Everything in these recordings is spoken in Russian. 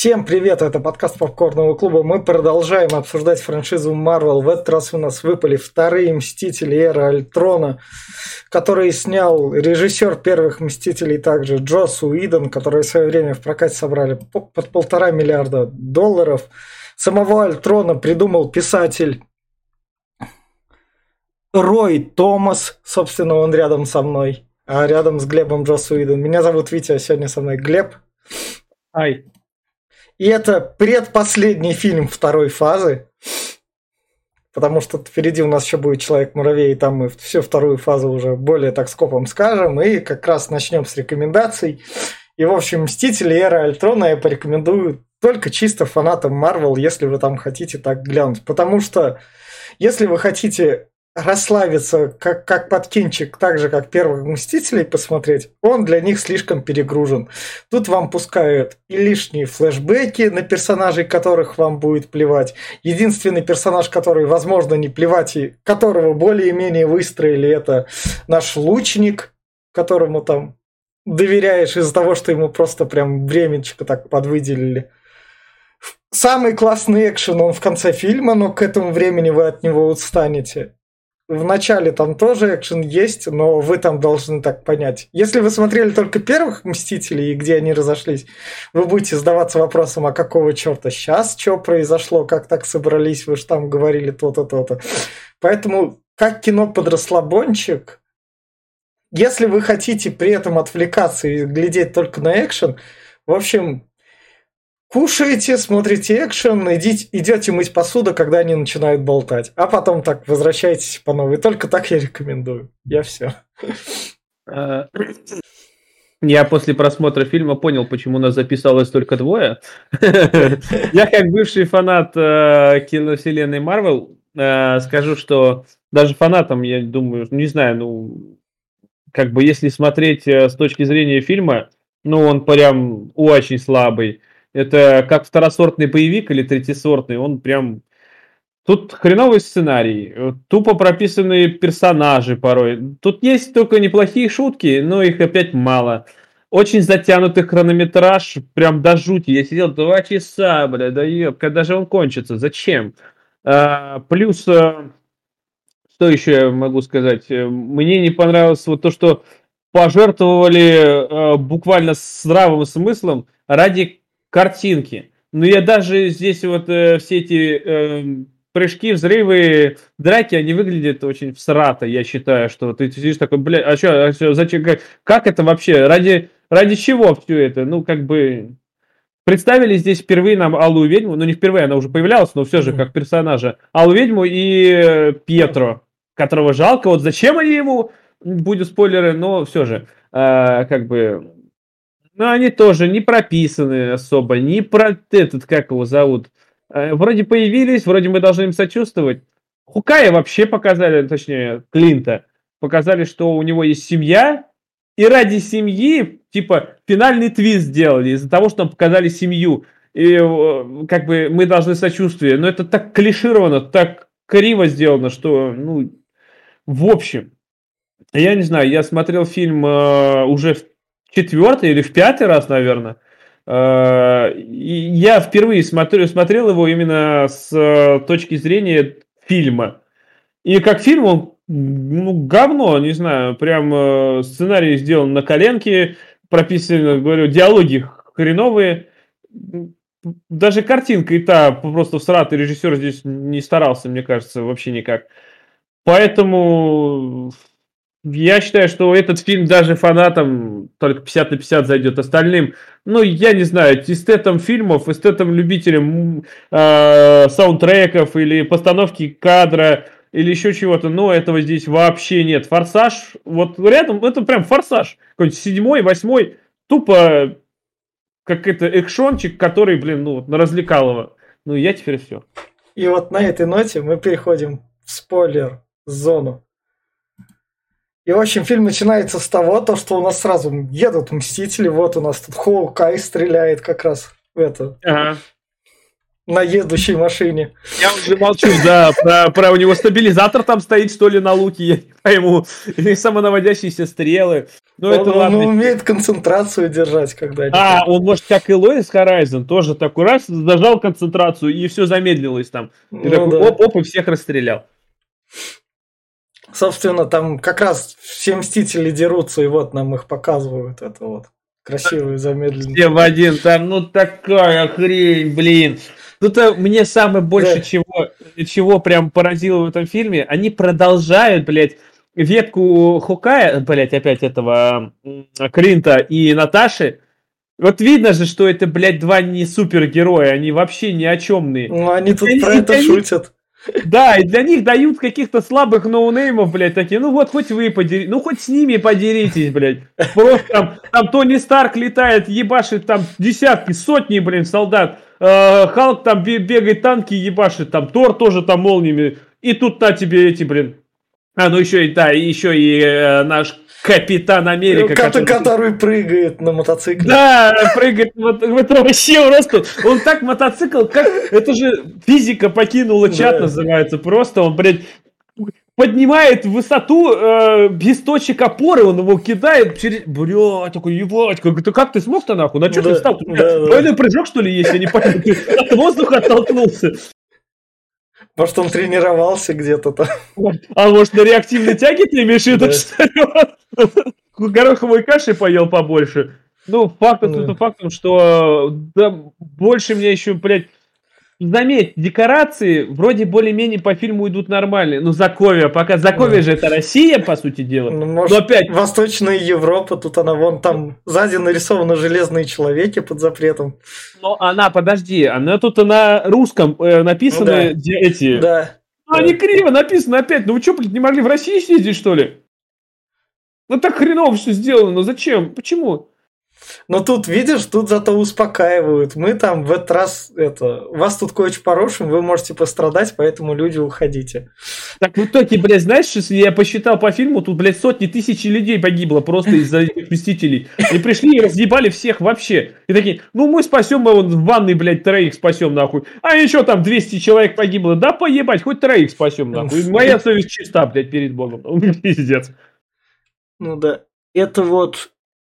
Всем привет, это подкаст Попкорного клуба. Мы продолжаем обсуждать франшизу Marvel. В этот раз у нас выпали вторые Мстители Эра Альтрона, которые снял режиссер первых Мстителей, также Джосс Уидон, которые в свое время в прокате собрали под $1,5 миллиарда. Самого Альтрона придумал писатель Рой Томас, собственно, он рядом со мной, а рядом с Глебом Джосс Уидон. Меня зовут Витя, а сегодня со мной Глеб. Ай. И это предпоследний фильм второй фазы, потому что впереди у нас еще будет Человек-муравей, и там мы всю вторую фазу уже более так скопом скажем, и как раз начнем с рекомендаций. И, в общем, Мстители Эра Альтрона я порекомендую только чисто фанатам Marvel, если вы там хотите так глянуть. Потому что если вы хотите расслабиться, как под кинчик, так же, как первых Мстителей посмотреть, он для них слишком перегружен. Тут вам пускают и лишние флешбеки на персонажей, которых вам будет плевать. Единственный персонаж, который, возможно, не плевать, и которого более-менее выстроили, это наш лучник, которому там доверяешь из-за того, что ему просто прям времечко так подвыделили. Самый классный экшен он в конце фильма, но к этому времени вы от него устанете. В начале там тоже экшен есть, но вы там должны так понять. Если вы смотрели только первых Мстителей, и где они разошлись, вы будете задаваться вопросом, а какого черта сейчас, что произошло, как так собрались, вы же там говорили то-то, то-то. Поэтому, как кино под расслабончик, если вы хотите при этом отвлекаться и глядеть только на экшен, в общем, кушаете, смотрите экшен, идете мыть посуду, когда они начинают болтать. А потом так возвращаетесь по новой. Только так я рекомендую. Я все. Я после просмотра фильма понял, почему нас записалось только двое. Я, как бывший фанат киновселенной Marvel, скажу, что даже фанатам, я думаю, не знаю, как бы если смотреть с точки зрения фильма, он прям очень слабый. Это как второсортный боевик или третьесортный, он прям... Тут хреновый сценарий, тупо прописанные персонажи порой. Тут есть только неплохие шутки, но их опять мало. Очень затянутый хронометраж, прям до жути. Я сидел 2 часа, да еб, когда же он кончится, зачем? Плюс, что еще я могу сказать? Мне не понравилось вот то, что пожертвовали буквально здравым смыслом ради картинки. Но я даже здесь вот все эти прыжки, взрывы, драки, они выглядят очень всрато, я считаю, что ты сидишь такой, блядь, а что, зачем, как это вообще, ради чего все это, как бы... Представили здесь впервые нам Алую Ведьму, не впервые, она уже появлялась, но все же как персонажа, Алую Ведьму и Пьетро, которого жалко, вот зачем они ему, будут спойлеры, но все же, как бы... они тоже не прописаны особо, не про этот, как его зовут. Вроде появились, вроде мы должны им сочувствовать. Хукая вообще показали, точнее, Клинта, показали, что у него есть семья, и ради семьи, типа, финальный твист сделали, из-за того, что нам показали семью. И как бы мы должны сочувствие. Но это так клишировано, так криво сделано, что, в общем, я не знаю, я смотрел фильм уже в 4-й или в 5-й раз, наверное. Я впервые смотрел его именно с точки зрения фильма. И как фильм он, говно, не знаю, прям сценарий сделан на коленке, прописаны, говорю, диалоги хреновые. Даже картинка и та просто всратый, режиссер здесь не старался, мне кажется, вообще никак. Поэтому... Я считаю, что этот фильм даже фанатам только 50/50 зайдет. Остальным, я не знаю, эстетам фильмов, эстетам любителям саундтреков или постановки кадра или еще чего-то, этого здесь вообще нет. Форсаж, вот рядом, это прям Форсаж. Какой-нибудь 7-й, 8-й, тупо как это экшончик, который, на развлекалово. Я теперь все. И вот на этой ноте мы переходим в спойлер-зону. И, в общем, фильм начинается с того, что у нас сразу едут Мстители, вот у нас тут Хоукай стреляет как раз в это. Ага. на едущей машине. Я уже молчу, да, про у него стабилизатор там стоит, что ли, на луке, я не пойму. Или самонаводящиеся стрелы. Ну, это ладно. Он умеет концентрацию держать, когда... Он может, как и Лоис Horizon, тоже такой раз, зажал концентрацию, и все замедлилось там. И такой оп, и всех расстрелял. Собственно, там как раз все Мстители дерутся, и вот нам их показывают. Это вот красивый замедленный. Все в один, там, ну такая хрень, блин. Тут мне самое больше чего прям поразило в этом фильме, они продолжают, блядь, ветку Хокая, блядь, опять этого Клинта и Наташи. Вот видно же, что это, блядь, два не супергероя, они вообще ни о чемные. Ну, они тут про это шутят. Да, и для них дают каких-то слабых ноунеймов, блядь, такие, ну вот хоть вы подеритесь, ну хоть с ними подеритесь, блядь. Просто там Тони Старк летает, ебашит там десятки, сотни, блин, солдат. Халк там бегает, танки ебашит, там Тор тоже там молниями. И тут на тебе эти, блин. Ну еще и, да, еще и наш Капитан Америка. Который прыгает на мотоцикле. Да, прыгает. Это вообще просто... Он так мотоцикл, как... Это же физика покинула чат, называется. Просто он, блядь, поднимает в высоту без точек опоры, он его кидает через... Блядь, такой, ебать, как ты смог-то нахуй? На что ты встал? Двойной прыжок, что ли, есть? Я не понял. Ты от воздуха оттолкнулся. Может, он тренировался где-то там. А может, на реактивной тяге ты имеешь в виду, что гороховой каши поел побольше? Ну, факт фактом, что да, больше мне еще, блядь, заметь, декорации вроде более-менее по фильму идут нормальные. Ну, Заковья, пока Заковья же это Россия, по сути дела. Ну, может, опять Восточная Европа, тут она вон там сзади нарисованы железные человеки под запретом. Но она, подожди, она тут на русском написаны эти... Да. Ну, они криво написаны опять. Ну, вы что, блядь, не могли в России съездить, что ли? Ну, так хреново все сделано. Ну, зачем? Почему? Но тут, видишь, тут зато успокаивают. Мы там в этот раз, у вас тут кое-что по-хорошему, вы можете пострадать, поэтому люди, уходите. Так в итоге, блядь, знаешь, если я посчитал по фильму, тут, блядь, сотни тысяч людей погибло просто из-за этих Мстителей. И пришли и разъебали всех вообще. И такие, ну мы спасем, мы в ванной, блядь, троих спасем, нахуй. А еще там 200 человек погибло. Да поебать, хоть троих спасем, нахуй. Моя совесть чиста, блядь, перед Богом. Пиздец. Ну да. Это вот...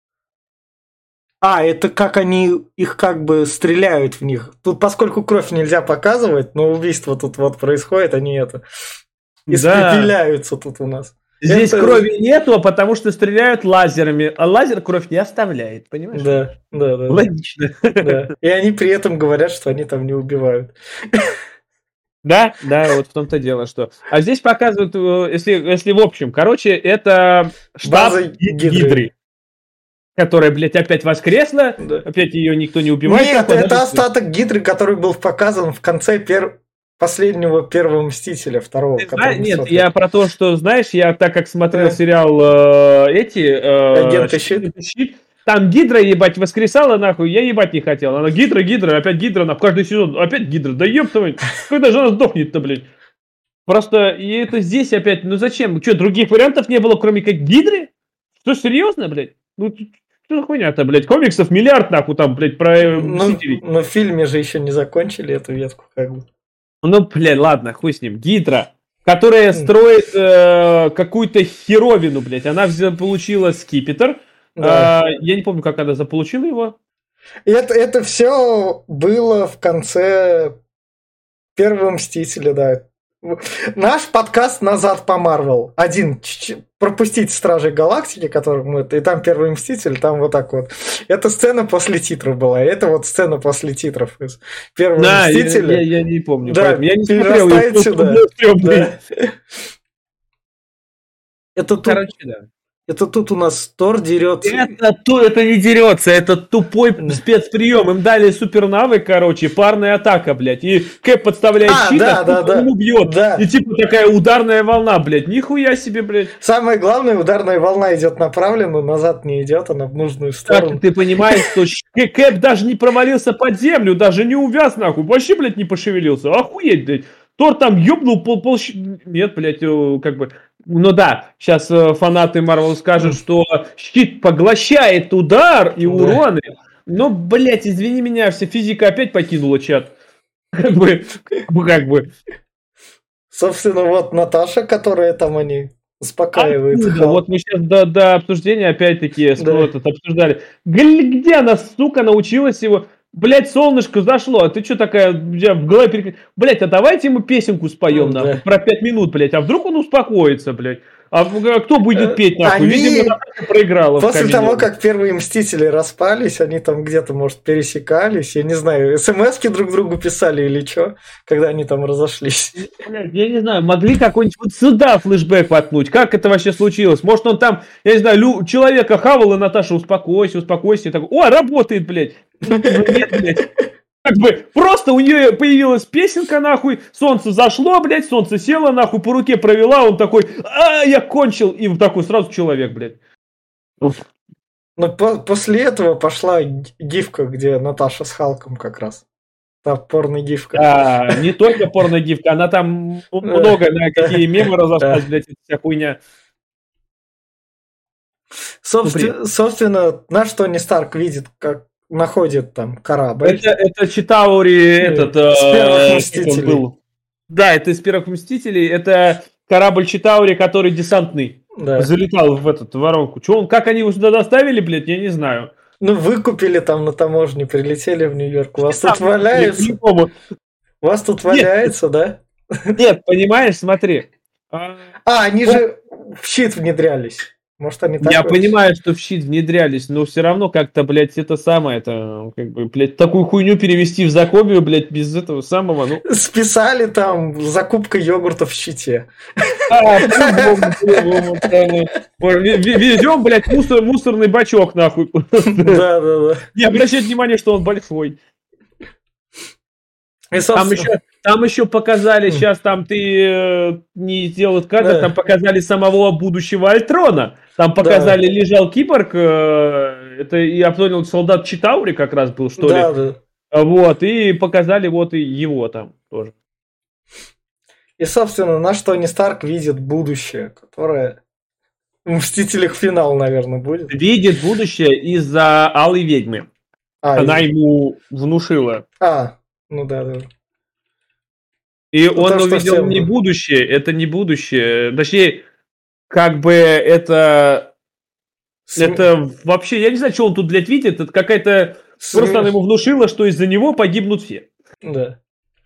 это как они их как бы стреляют в них. Тут, поскольку кровь нельзя показывать, но убийство тут вот происходит, они испепеляются тут у нас. Здесь крови нету, потому что стреляют лазерами, а лазер кровь не оставляет, понимаешь? Да. Логично. Да. И они при этом говорят, что они там не убивают. Да, вот в том-то дело, что... А здесь показывают, если в общем, короче, это штаб Гидры. Которая, блядь, опять воскресла, опять ее никто не убивает. Нет, это остаток Гидры, который был показан в конце последнего первого Мстителя, второго. Нет, я про то, что, знаешь, я так как смотрел сериал Агенты Щит. Там Гидра, ебать, воскресала, нахуй, я ебать не хотел. Она Гидра, опять Гидра, на каждый сезон, опять Гидра, да еб твою, когда же она сдохнет-то, блядь? Просто, и это здесь опять, ну зачем? Что, других вариантов не было, кроме как Гидры? Что, серьезно, блядь? Ну, что за хуйня-то, блядь? Комиксов миллиард, нахуй, там, блядь, про Мстителей. Но в фильме же еще не закончили эту ветку, как бы. Ну, блядь, ладно, хуй с ним. Гидра, которая строит какую-то херовину, блядь. Она получила скипетр. Да. Я не помню, как она заполучила его. Это все было в конце первого Мстителя, да. Наш подкаст «Назад по Марвел». Пропустить Стражей Галактики, который мы... И там Первый Мститель, там вот так вот. Это сцена после титров была. Это вот сцена после титров из Первого Мстителя. Я не помню. Да, я не смотрел. Сюда. Да. Это тут... Короче, да. Это тут у нас Тор дерется. Это не дерется, это тупой спецприем. Им дали супернавык, короче, парная атака, блядь. И Кэп подставляет щит, он убьет. Да. И типа такая ударная волна, блядь. Нихуя себе, блядь. Самое главное, ударная волна идет направленно, назад не идет, она в нужную сторону. Так, ты понимаешь, что Кэп даже не провалился под землю, даже не увяз, нахуй. Вообще, блядь, не пошевелился. Охуеть, блядь. Тор там ёбнул Нет, блядь, как бы... Ну да, сейчас фанаты Марвел скажут, что щит поглощает удар и уроны. Но, блядь, извини меня, вся физика опять покинула чат. Как бы. Собственно, вот Наташа, которая там они успокаивает. Вот мы сейчас до обсуждения опять-таки обсуждали. Где она, сука, научилась его? Блять, солнышко зашло, а ты что такая, в голове блять, а давайте ему песенку споем, нахуй, про 5 минут, блять, а вдруг он успокоится, блять. А кто будет петь, нахуй? Видимо, Наташа проиграла. После того, как первые Мстители распались, они там где-то, может, пересекались, я не знаю, смс-ки друг другу писали или что, когда они там разошлись. Я не знаю, могли какой-нибудь вот сюда флешбэк воткнуть? Как это вообще случилось? Может, он там, я не знаю, человека хавал, и Наташа, успокойся. Такой, о, работает, блядь. Нет, блядь. Как бы просто у нее появилась песенка, нахуй, солнце зашло, блядь, солнце село, нахуй, по руке провела, он такой, я кончил, и вот такой сразу человек, блядь. Но после этого пошла гифка, где Наташа с Халком как раз. Та порно-гифка. Да, не только порно-гифка, она там много, на какие мемы разошлась, блядь, эта вся хуйня. Собственно, наш Тони Старк видит, как находит там корабль. Это Читаури, первых Мстителей. Был. Да, это из первых Мстителей. Это корабль Читаури, который десантный. Да. Залетал в эту воронку. Как они его сюда доставили, блядь, я не знаю. Ну, выкупили там на таможне, прилетели в Нью-Йорк. У вас тут валяется? У вас тут валяется, да? Нет, понимаешь, смотри. Они же в щит внедрялись. Может, они так. Я понимаю, что в щит внедрялись, но все равно как-то, блядь, это самое, это, как бы, блядь, такую хуйню перевести в Закобию, блядь, без этого самого, ну... Списали там закупка йогурта в щите. Везем, блядь, мусорный бачок, нахуй. Да. Не обращайте внимание, что он большой. Там еще показали, сейчас там ты не сделал кадр, там показали самого будущего Альтрона. Там показали, лежал киборг, это я понял, солдат Читаури как раз был, что ли. Да. Вот, и показали вот и его там тоже. И, собственно, наш Тони Старк видит будущее, которое в Мстителях финал, наверное, будет. Видит будущее из-за Алой Ведьмы. Она ему внушила. Ну да. И он увидел не будущее, это не будущее. Точнее, как бы это вообще, я не знаю, что он тут, блядь, видит. Это какая-то... Просто она ему внушила, что из-за него погибнут все. Да.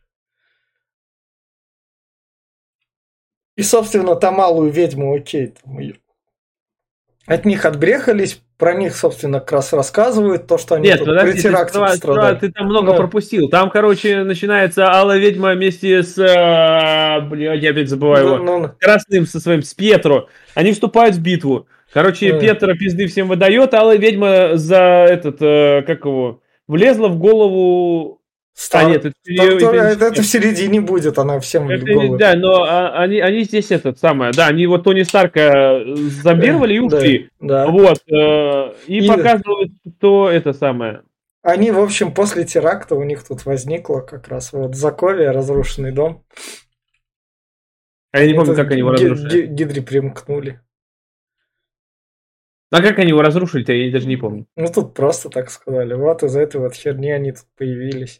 И, собственно, там малую ведьму, окей, там ее... От них отбрехались, про них, собственно, как раз рассказывают, то, что они при теракте пострадали. Ты там много пропустил. Там, короче, начинается Алла Ведьма вместе с... Блядь, я опять забываю его. Красным со своим, с Пьетро. Они вступают в битву. Короче, Пьетро пизды всем выдает, Алла Ведьма за влезла в голову... Нет, это в середине будет, она всем в голову. Да, но они здесь они вот Тони Старка зомбировали и ушли. Да. Вот. И показывают, что это самое. Они, в общем, после теракта у них тут возникло как раз вот Заковия, разрушенный дом. А я не помню, как они его разрушили. Гидри примкнули. А как они его разрушили-то, я даже не помню. Ну, тут просто так сказали. Вот из-за этой вот херни они тут появились.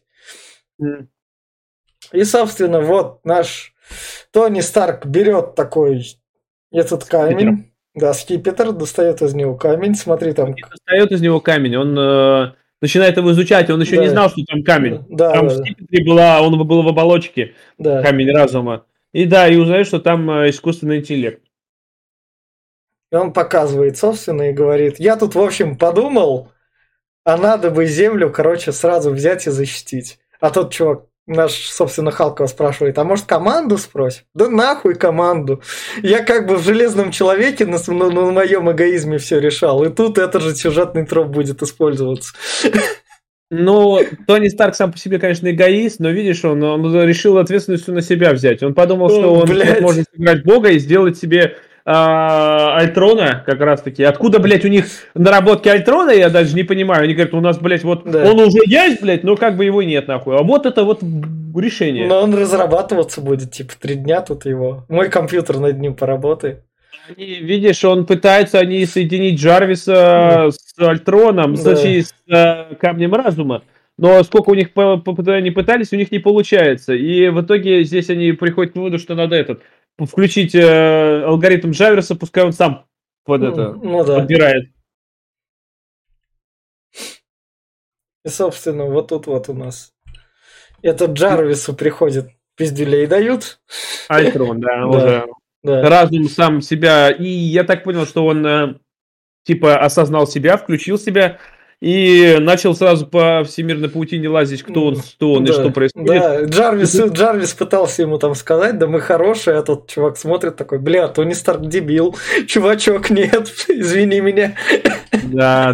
И, собственно, вот наш Тони Старк берет такой этот камень. Да, скипетр, достает из него камень. Смотри, там... Достает из него камень, он начинает его изучать, он еще не знал, что там камень. Там в скипетре он был в оболочке, камень разума. И узнает, что там искусственный интеллект. И он показывает, собственно, и говорит, я тут, в общем, подумал, а надо бы землю, сразу взять и защитить. А тот чувак, наш, собственно, Халкова спрашивает, а может команду спросим? Да нахуй команду. Я как бы в Железном Человеке на моем эгоизме все решал. И тут этот же сюжетный троп будет использоваться. Ну, Тони Старк сам по себе, конечно, эгоист, но видишь, он решил ответственность на себя взять. Он подумал, что он может сыграть Бога и сделать себе Альтрона, как раз таки. Откуда, блядь, у них наработки Альтрона, я даже не понимаю. Они говорят, у нас, блядь, вот он уже есть, блядь, но как бы его нет, нахуй. А вот это вот решение. Но он разрабатываться будет, 3 дня тут его. Мой компьютер над ним поработает. Видишь, он пытается соединить Джарвиса с Альтроном, с Камнем Разума. но сколько у них не пытались, у них не получается. И в итоге здесь они приходят к выводу, что надо включить алгоритм Джаверса, пускай он сам Ну да. подбирает. И, собственно, вот тут вот у нас этот Джарвису приходит, пиздюлей дают. Альтрон, да, Да, уже да. разум сам себя. И я так понял, что он типа осознал себя, включил себя и начал сразу по всемирной паутине лазить, кто он, что он и что происходит. Да, Джарвис пытался ему там сказать, да мы хорошие, а тот чувак смотрит такой, бля, Тони Старк дебил, чувачок, нет, извини меня. Да.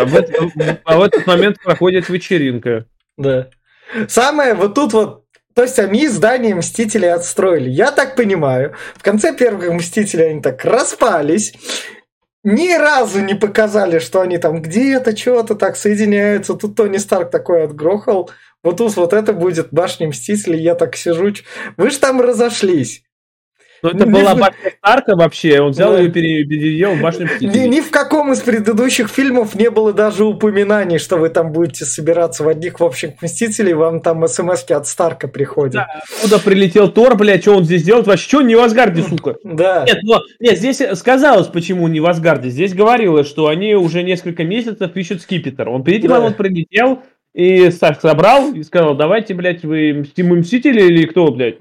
А в этот момент проходит вечеринка. Да. Самое вот тут вот, то есть они здание Мстителей отстроили. Я так понимаю, в конце первых Мстителей они так распались, ни разу не показали, что они там где-то что-то так соединяются. Тут Тони Старк такой отгрохал. Вот тут вот это будет башня Мстителей. Я так сижу. Вы же там разошлись. Ну, это была башня Старка вообще, он взял ее, переделал в башню Мстителей. Ни в каком из предыдущих фильмов не было даже упоминаний, что вы там будете собираться в одних в общих Мстителей, вам там смс-ки от Старка приходят. Да, откуда прилетел Тор, блядь, что он здесь делает вообще? Что он не в Асгарде, сука? Да. Нет, здесь сказалось, почему не в Асгарде. Здесь говорилось, что они уже несколько месяцев ищут скипетр. Он перед этим прилетел и Старк собрал и сказал, давайте, блядь, вы Мстители или кто, блядь?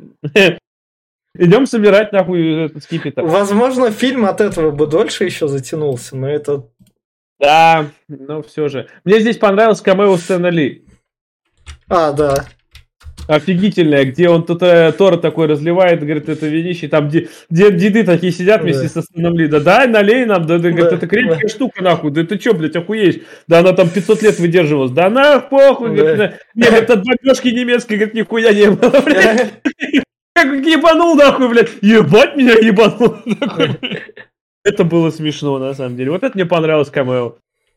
Идем собирать нахуй этот скипетр. Возможно, фильм от этого бы дольше еще затянулся, но это... Да, но все же. Мне здесь понравился камео Стэна Ли. А, да. Офигительное, где он тут Тора такой разливает, говорит, это винище, там деды такие сидят вместе со Стэном Ли, да дай, налей нам, да, говорит, это крепкая штука, нахуй, да ты чё, блядь, охуеешь, да она там 500 лет выдерживалась, да на похуй, говорит, нет, это бабёшки немецкой, говорит, нихуя не было, блядь. Как ебанул, нахуй, блядь. Ебать меня ебанул. Это было смешно, на самом деле. Вот это мне понравилось камео.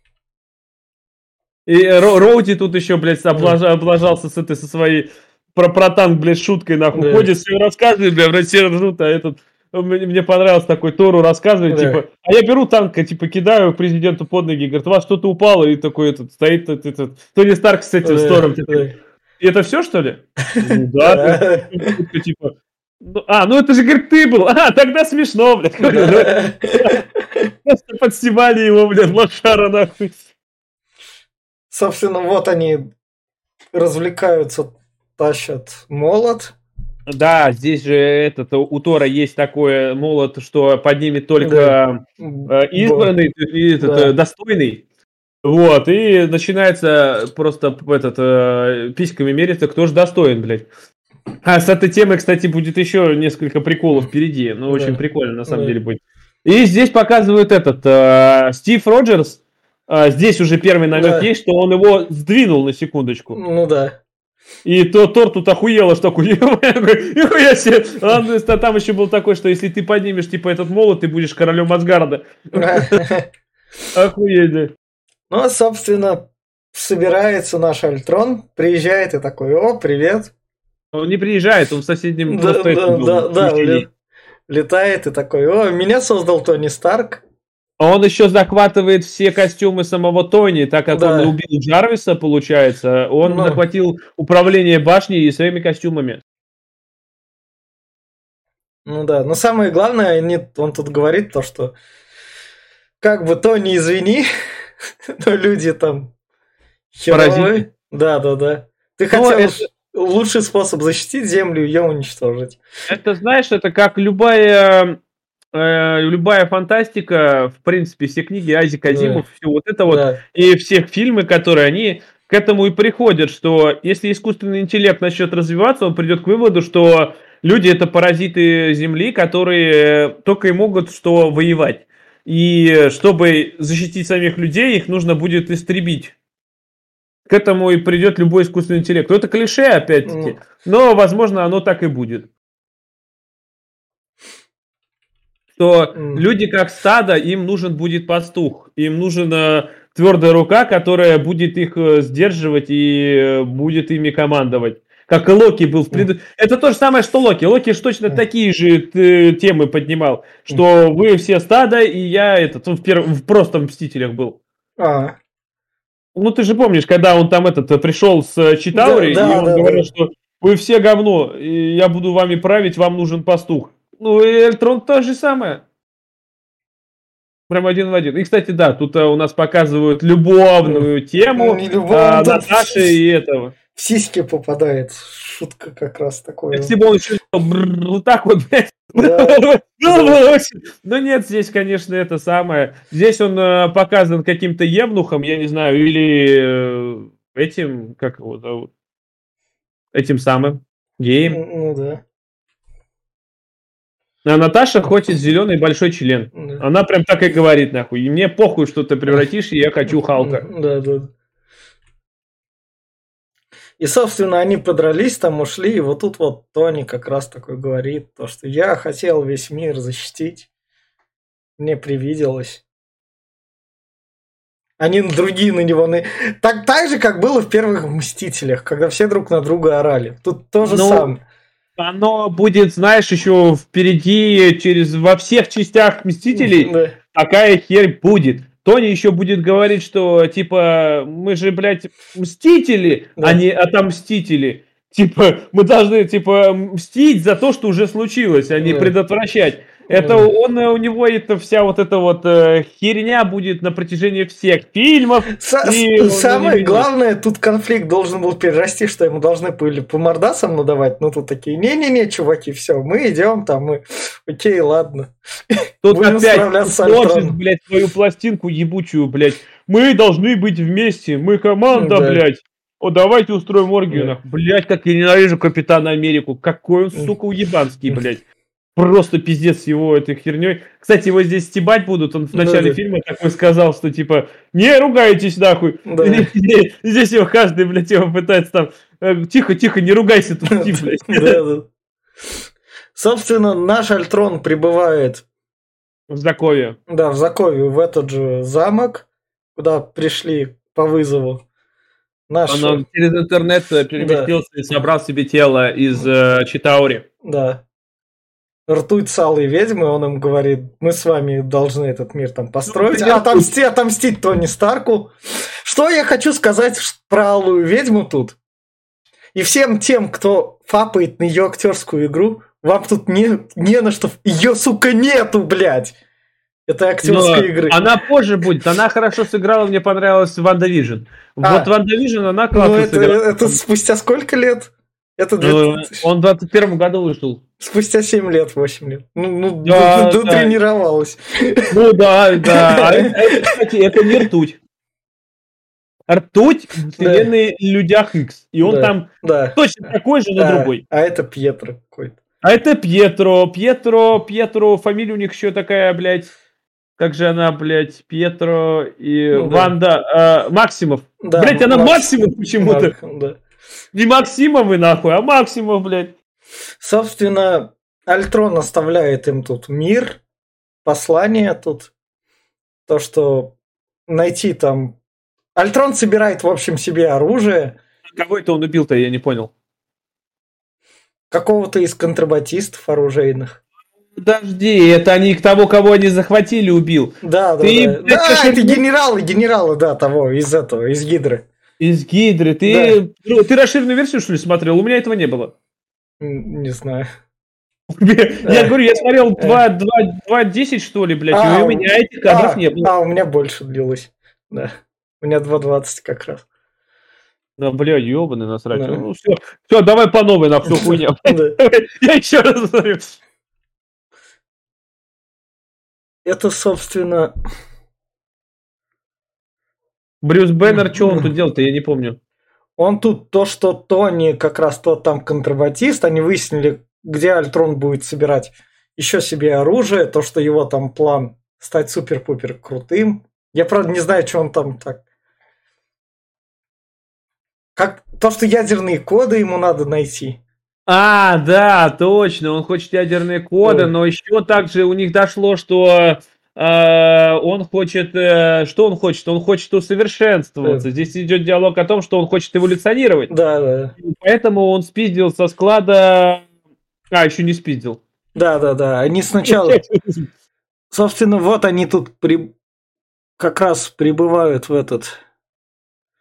И Роуди тут еще, блядь, облажался со своей про танк, блядь, шуткой, нахуй. Ходит, все рассказывает, блядь, все ржут, а этот... Мне понравился такой Тору рассказывает, типа, а я беру танк, типа, кидаю президенту под ноги, говорит, у вас что-то упало, и такой стоит Тони Старк с этим Тором, и это все, что ли? Ну да. Типа, ну это же, говорит, ты был. Тогда смешно, блядь. Просто подстебали его, блядь, лошара, нахуй. Собственно, вот они развлекаются, тащат молот. Да, здесь же у Тора есть такой молот, что поднимет только избранный, достойный. Вот, и начинается просто письками мериться, кто же достоин, блядь. А с этой темой, кстати, будет еще несколько приколов впереди. Ну, очень прикольно, на самом деле, будет. И здесь показывают Стив Роджерс. Здесь уже первый намек есть, что он его сдвинул на секундочку. Ну да. И Тор тут охуел, аж такой, нихуя себе. Там еще был такой, что если ты поднимешь, типа, этот молот, ты будешь королем Асгарда. Охуеть. Ну, собственно, собирается наш Альтрон, приезжает и такой, о, привет. Он не приезжает, он в соседнем... Да, летает и такой, о, меня создал Тони Старк. Он еще захватывает все костюмы самого Тони, так как он убил Джарвиса, получается. Он захватил управление башней и своими костюмами. Ну да, но самое главное, он тут говорит то, что как бы Тони, извини, но люди там херовые. Да. Ты хотел лучший способ защитить Землю, ее уничтожить. Это, знаешь, это как любая фантастика, в принципе, все книги Айзек Азимов, все вот это вот, и все фильмы, которые они к этому и приходят, что если искусственный интеллект начнет развиваться, он придет к выводу, что люди это паразиты Земли, которые только и могут что воевать. И чтобы защитить самих людей, их нужно будет истребить. К этому и придет любой искусственный интеллект. Это клише, опять-таки, но, возможно, оно так и будет. Что люди как стадо, им нужен будет пастух, им нужна твердая рука, которая будет их сдерживать и будет ими командовать. Как и Локи был. Это то же самое, что Локи. Локи же точно такие же темы поднимал, что вы все стадо, и я в простом Мстителях был. Ну, ты же помнишь, когда он там пришел с Читаури, и он говорил, что вы все говно, и я буду вами править, вам нужен пастух. Ну, и Эльтрон то же самое. Прям один в один. И, кстати, да, тут у нас показывают любовную тему Наташи и этого. В сиськи попадает. Шутка как раз такое. Если бы он еще вот так вот, блядь. Но нет, здесь, конечно, это самое. Здесь он показан каким-то евнухом, я не знаю, или этим, как его зовут? Этим самым геем. Ну да. А Наташа хочет зеленый большой член. Да. Она прям так и говорит, нахуй. И мне похуй, что ты превратишь, и я хочу Халка. Да. И, собственно, они подрались, там ушли, и вот тут вот Тони как раз такой говорит, то, что я хотел весь мир защитить, мне привиделось. Они другие на него... Так же, как было в первых «Мстителях», когда все друг на друга орали. Тут то же самое. Оно будет, знаешь, еще впереди, во всех частях «Мстителей» такая херь будет. Тони еще будет говорить, что, типа, мы же, блядь, мстители, а не отомстители. Типа, мы должны, типа, мстить за то, что уже случилось, а не предотвращать. Это у него это вся вот эта вот херня будет на протяжении всех фильмов. Самое главное, тут конфликт должен был перерасти, что ему должны были по мордасам надавать. Ну, тут такие, не-не-не, чуваки, все, мы идем там, окей, ладно. Тут опять сложишь, блядь, свою пластинку ебучую, блядь. Мы должны быть вместе, мы команда, блядь. О, давайте устроим оргию, нахуй. Блядь, как я ненавижу Капитана Америку. Какой он, сука, уебанский, блядь. Просто пиздец его этой херней. Кстати, его здесь стебать будут. Он в начале фильма такой сказал, что типа не ругайтесь нахуй. Здесь его каждый, блядь, его пытается там тихо, не ругайся тут, блядь. Собственно, наш Альтрон прибывает в Закове. Да, в Закове, в этот же замок, куда пришли по вызову. Он через интернет переместился и собрал себе тело из Читаури. Да. Ртуть с алой ведьмы, он им говорит, мы с вами должны этот мир там построить, отомстить Тони Старку. Что я хочу сказать про алую ведьму тут? И всем тем, кто фапает на ее актерскую игру, вам тут не на что... Ее, сука, нету, блядь! Это актерской игры. Она позже будет. Она хорошо сыграла, мне понравилась Ванда Вижн. Вот Ванда Вижн, она классно сыграла. Это спустя сколько лет? Он в 21 году вышел. Спустя 7 лет, 8 лет. Тренировалась. Ну да. Кстати, это не ртуть. Ртуть в вселенной Людях Икс. И он там точно такой же, но другой. А это Пьетро какой-то. А это Пьетро, фамилия у них еще такая, блядь, как же она, блядь, Пьетро и Ванда, Максимов. Да, блядь, она Максимов почему-то. Да. Не Максимовы, нахуй, а Максимов, блядь. Собственно, Альтрон оставляет им тут мир, послание тут, то, что найти там... Альтрон собирает, в общем, себе оружие. Кого это он убил-то, я не понял. Какого-то из контрабандистов оружейных. Подожди, это они того, кого они захватили, убил. Да, это генералы, да, того, из Гидры. Из Гидры. Ты расширенную версию, что ли, смотрел? У меня этого не было. Не знаю. Я говорю, я смотрел 2.10, что ли, блядь, и у меня этих кадров не было. У меня больше длилось. Да. У меня 2.20 как раз. Да, бля, ёбаный насрать. Да. Ну, все, давай по новой на всю хуйню. Я еще раз говорю. Это, собственно... Брюс Бэннер, что он тут делал-то, я не помню. Он тут то, что Тони, как раз тот там контрабандист, они выяснили, где Альтрон будет собирать еще себе оружие, то, что его там план стать супер-пупер крутым. Я, правда, не знаю, что он там так... Как то, что ядерные коды ему надо найти. Да, точно, он хочет ядерные коды, но еще также у них дошло, что он хочет... Что он хочет? Он хочет усовершенствоваться. Здесь идет диалог о том, что он хочет эволюционировать. Да. И поэтому он спиздил со склада... еще не спиздил. Да. Они сначала... Собственно, вот они тут как раз прибывают в этот...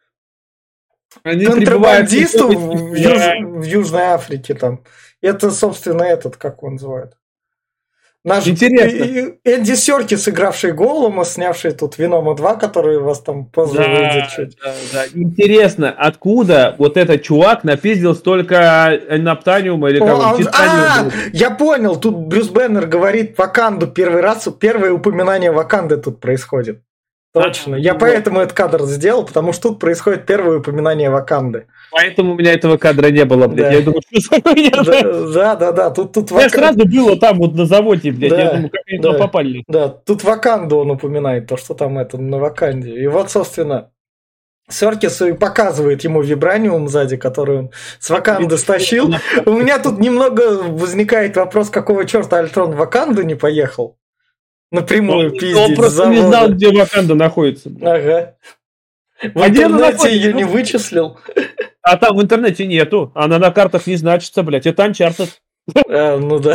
Они контрабандисту прибывают в Южной Африке там. Это, собственно, этот, как он называет. Наш Интересно. Энди Серкис, игравший Голлума, снявший тут Венома 2, который у вас там позже выйдет чуть. Да. Интересно, откуда вот этот чувак напиздил столько наптаниума или как титаниума? Я понял, тут Брюс Беннер говорит Ваканду первый раз, первое упоминание Ваканды тут происходит. Точно. Я поэтому этот кадр сделал, потому что тут происходит первое упоминание Ваканды. Поэтому у меня этого кадра не было, блядь. Да. Я думаю, что за хуйня? Да. Тут сразу было там вот на заводе, блядь. Я думаю, как они туда попали. Да, тут Ваканду он упоминает, то, что там это на Ваканде. И вот, собственно, Серкис и показывает ему вибраниум сзади, который он с Ваканды стащил. У меня тут немного возникает вопрос, какого черта Альтрон в Ваканду не поехал. Напрямую пиздить. Он просто не знал, где Ваканда находится. Ага. В интернете ее не вычислил. А там в интернете нету. Она на картах не значится, блядь. Это Uncharted. Ну да.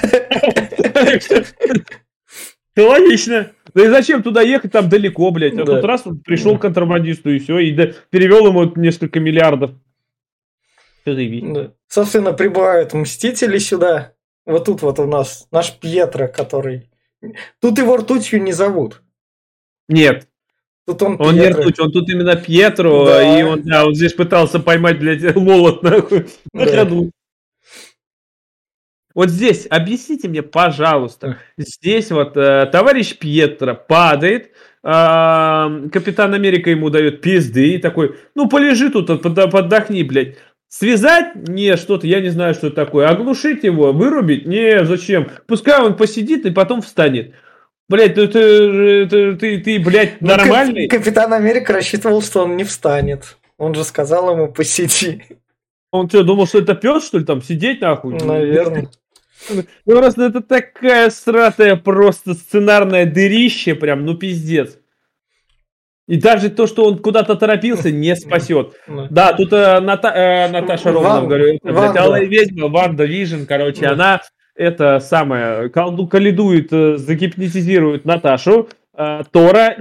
Логично. Да и зачем туда ехать, там далеко, блядь. А тут раз пришел к контрабандисту и все, и перевел ему несколько миллиардов. Что заявить? Собственно, прибывают Мстители сюда. Вот тут вот у нас наш Пьетро, который... Тут его ртутью не зовут. Нет. Тут он не ртуть, он тут именно Пьетро, да. И он здесь пытался поймать, блядь, молот нахуй на ходу. Вот здесь, объясните мне, пожалуйста, здесь вот товарищ Пьетро падает, Капитан Америка ему дает пизды и такой, ну полежи тут, поддохни, блядь. Связать? Не, что-то, я не знаю, что это такое. Оглушить его? Вырубить? Не, зачем? Пускай он посидит и потом встанет. Блядь, ну ты, блядь, нормальный? Капитан Америка рассчитывал, что он не встанет. Он же сказал ему посиди. Он что, думал, что это пес, что ли, там сидеть нахуй? Наверное. Ну, просто это такая сратая просто сценарное дырище, прям, ну пиздец. И даже то, что он куда-то торопился, не спасет. Да, тут Наташа Романов, говорю, Алая ведьма, Ванда Вижн, короче, она это самое, калидует, загипнотизирует Наташу, Тора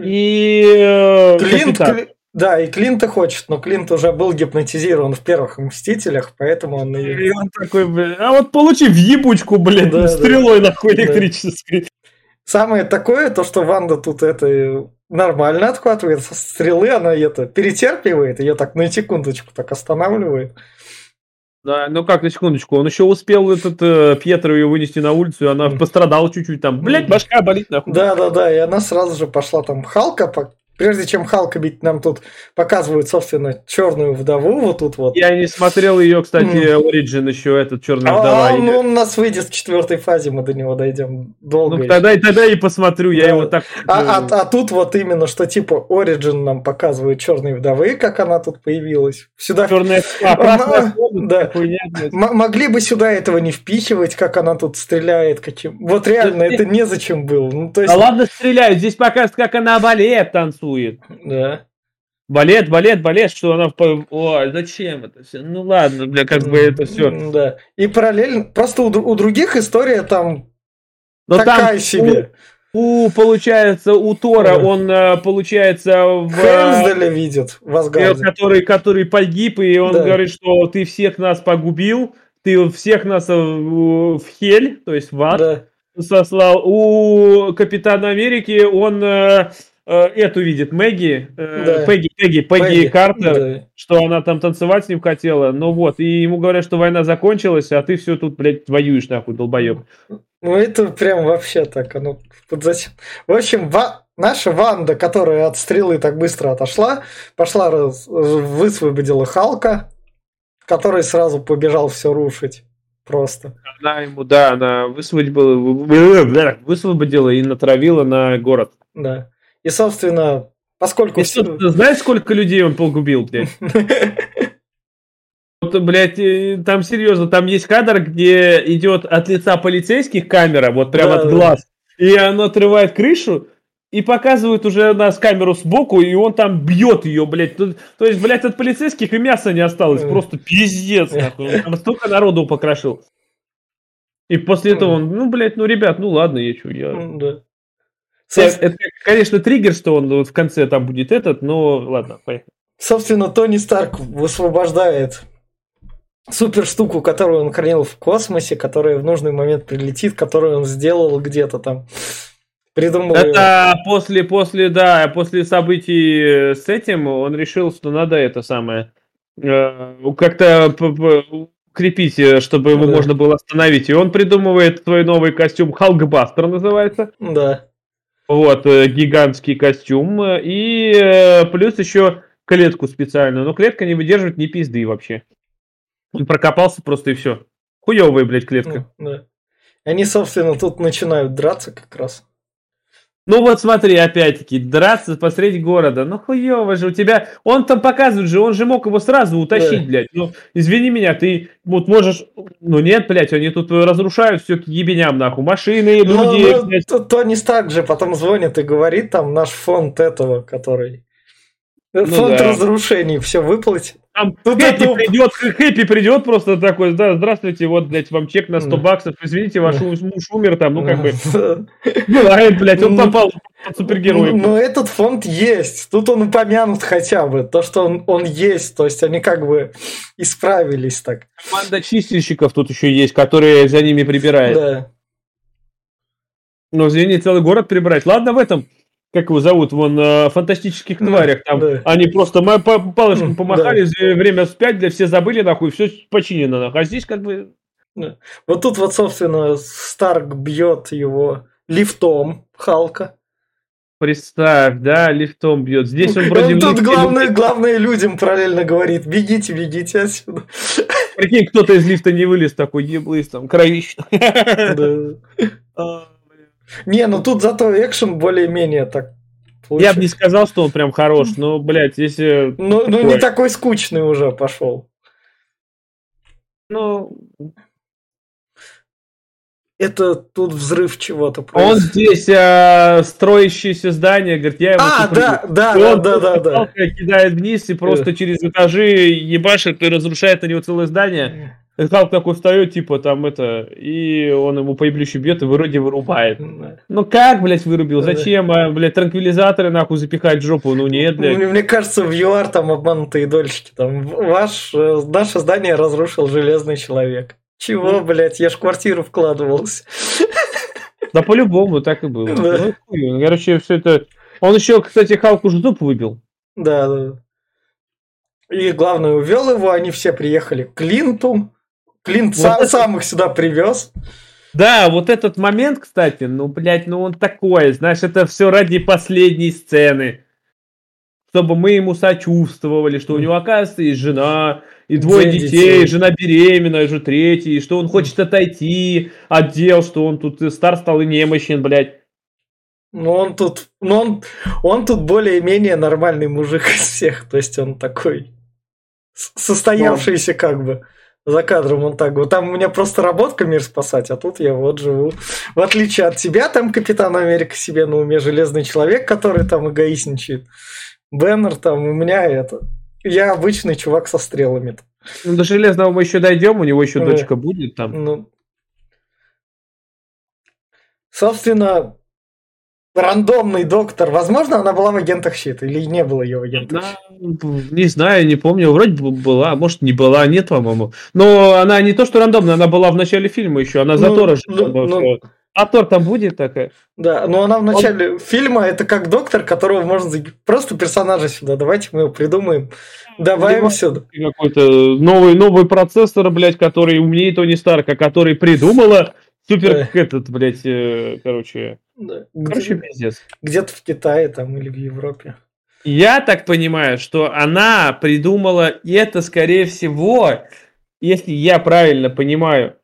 и Капитан. Да, и Клинта хочет, но Клинт уже был гипнотизирован в первых Мстителях, поэтому он... И он такой, блин, а вот получи в ебучку, блин, стрелой нахуй электрической. Самое такое, то, что Ванда тут это нормально отхватывает со стрелы, она это перетерпивает, ее так на секундочку так останавливает. Да, ну как на секундочку, он еще успел Пьетро ее вынести на улицу, и она пострадала чуть-чуть там, блять, башка болит нахуй. Да, и она сразу же пошла там Халка, прежде чем Халка бить, нам тут показывают, собственно, черную вдову, вот тут вот. Я не смотрел ее, кстати, Origin еще, этот черная вдова. Ну, он у нас выйдет в 4 фазе, мы до него дойдем долго. Ну, тогда и посмотрю, я его так... А тут вот именно, что типа Origin нам показывает черной вдовы, как она тут появилась. Сюда... Черная да. Могли бы сюда этого не впихивать, как она тут стреляет. Вот реально, это незачем было. Ну, то есть... Да ладно, стреляют, здесь показывают, как она балет танцует. Да. Балет, что она... Ой, зачем это все? Ну ладно, бля, как бы это все. Да. И параллельно, просто у других история там такая себе. Получается, у Тора он, получается, в... Хэмсделя видит в Асгарде. Который погиб, и он говорит, что ты всех нас погубил, ты всех нас в Хель, то есть в ад, сослал. У Капитана Америки он... эту видит Мэгги, Пегги Картер, что она там танцевать с ним хотела, ну вот, и ему говорят, что война закончилась, а ты все тут, блядь, воюешь, нахуй, долбоеб. Ну это прям вообще так, оно тут зачем? В общем, наша Ванда, которая от стрелы так быстро отошла, пошла, высвободила Халка, который сразу побежал все рушить. Просто. Она ему, она высвободила и натравила на город. Да. И, собственно, поскольку... И, собственно, знаешь, сколько людей он погубил, блядь? Вот, блядь, там серьезно, там есть кадр, где идет от лица полицейских камера, вот прямо от глаз, и она отрывает крышу, и показывают уже нас камеру сбоку, и он там бьет ее, блядь. То есть, блядь, от полицейских и мяса не осталось, просто пиздец, нахуй. Он там столько народу покрошил. И после этого он, блядь, ребят, ладно, я что, Да. Это, конечно, триггер, что он в конце там будет но ладно, поехали. Собственно, Тони Старк высвобождает супер штуку, которую он хранил в космосе, которая в нужный момент прилетит, которую он сделал где-то там. Придумал это после событий с этим он решил, что надо это самое как-то укрепить, чтобы его можно было остановить. И он придумывает свой новый костюм, Халкбастер называется. Да. Вот, гигантский костюм. И плюс еще клетку специальную. Но клетка не выдерживает ни пизды вообще. Он прокопался просто и все. Хуёвая, блядь, клетка. Да. Они, собственно, тут начинают драться как раз. Ну вот смотри, опять-таки, драться посреди города. Ну хуёво же у тебя... Он там показывает же, он же мог его сразу утащить, блядь. Ну, извини меня, ты вот можешь... Ну нет, блядь, они тут разрушают все к ебеням, нахуй. Машины, люди... Тони Старк же потом звонит и говорит, там, наш фонд этого, который... Фонд разрушений, все выплатит. Там Хэппи придет просто такой, да, здравствуйте, вот, блядь, вам чек на 100 баксов, извините, ваш муж умер там, ну, как бы, блядь, он попал под супергероя. Но этот фонд есть, тут он упомянут хотя бы, то, что он есть, то есть они как бы исправились так. Команда чистильщиков тут еще есть, которые за ними прибирают. Да. Ну, извини, целый город прибрать. Ладно, в этом... Как его зовут, вон, фантастических тварях, там, они просто палочком помахали, время вспять, для все забыли, нахуй, все починено, нахуй, а здесь как бы... Вот тут вот, собственно, Старк бьет его лифтом Халка. Представь, да, лифтом бьет. Здесь он вроде... Тут главное людям параллельно говорит, бегите, бегите отсюда. Прикинь, кто-то из лифта не вылез, такой еблыс, там, кровища. Не, ну тут зато экшен более-менее так получился. Я бы не сказал, что он прям хорош, но, блядь, если... Ну не такой скучный уже пошел. Ну... Это тут взрыв чего-то происходит. Он здесь строящееся здание, говорит, я его... Да. Кидает вниз и просто через этажи ебашит и разрушает на него целое здание. Халк такой встает, типа, там, и он ему по еблющу бьет и вроде вырубает. Ну как, блядь, вырубил? Зачем, блядь, транквилизаторы, нахуй, запихать в жопу? Ну нет, блядь. Мне кажется, в ЮАР там обманутые дольщики. Там, наше здание разрушил железный человек. Чего, блядь, я ж в квартиру вкладывался. Да по-любому так и было. Да. Ну, короче, все это... Он еще, кстати, Халку зуб выбил. Да. И главное, увел его, они все приехали к Клинту. Клинт сам их сюда привез. Да, вот этот момент, кстати, ну, блядь, ну он такой, знаешь, это все ради последней сцены. Чтобы мы ему сочувствовали, что у него, оказывается, есть жена, и двое детей, жена беременная, уже третий, что он хочет отойти от дел, что он тут стар стал и немощен, блядь. Он тут более-менее нормальный мужик из всех, то есть он такой состоявшийся как бы. За кадром он так вот. Там у меня просто работка мир спасать, а тут я вот живу. В отличие от тебя, там Капитан Америка себе на уме, Железный Человек, который там эгоистничает. Бэннер там у меня это. Я обычный чувак со стрелами. Ну, до Железного мы еще дойдем, у него еще дочка будет там. Ну. Собственно, рандомный доктор. Возможно, она была в агентах щит или не было ее в агентах щит? Не знаю, не помню. Вроде бы была, может не была, нет, по-моему. Но она не то, что рандомная, она была в начале фильма еще. Она за Тора же. А Тор там будет такая? Да, но она в начале фильма, это как доктор, которого можно... Просто персонажа сюда, давайте мы его придумаем. Добавим сюда. Какой-то новый процессор, блядь, который умнее Тони Старка, который придумала супер, блядь, короче... Да. Короче, пиздец. Где-то в Китае там или в Европе. Я так понимаю, что она придумала, и это, скорее всего, если я правильно понимаю,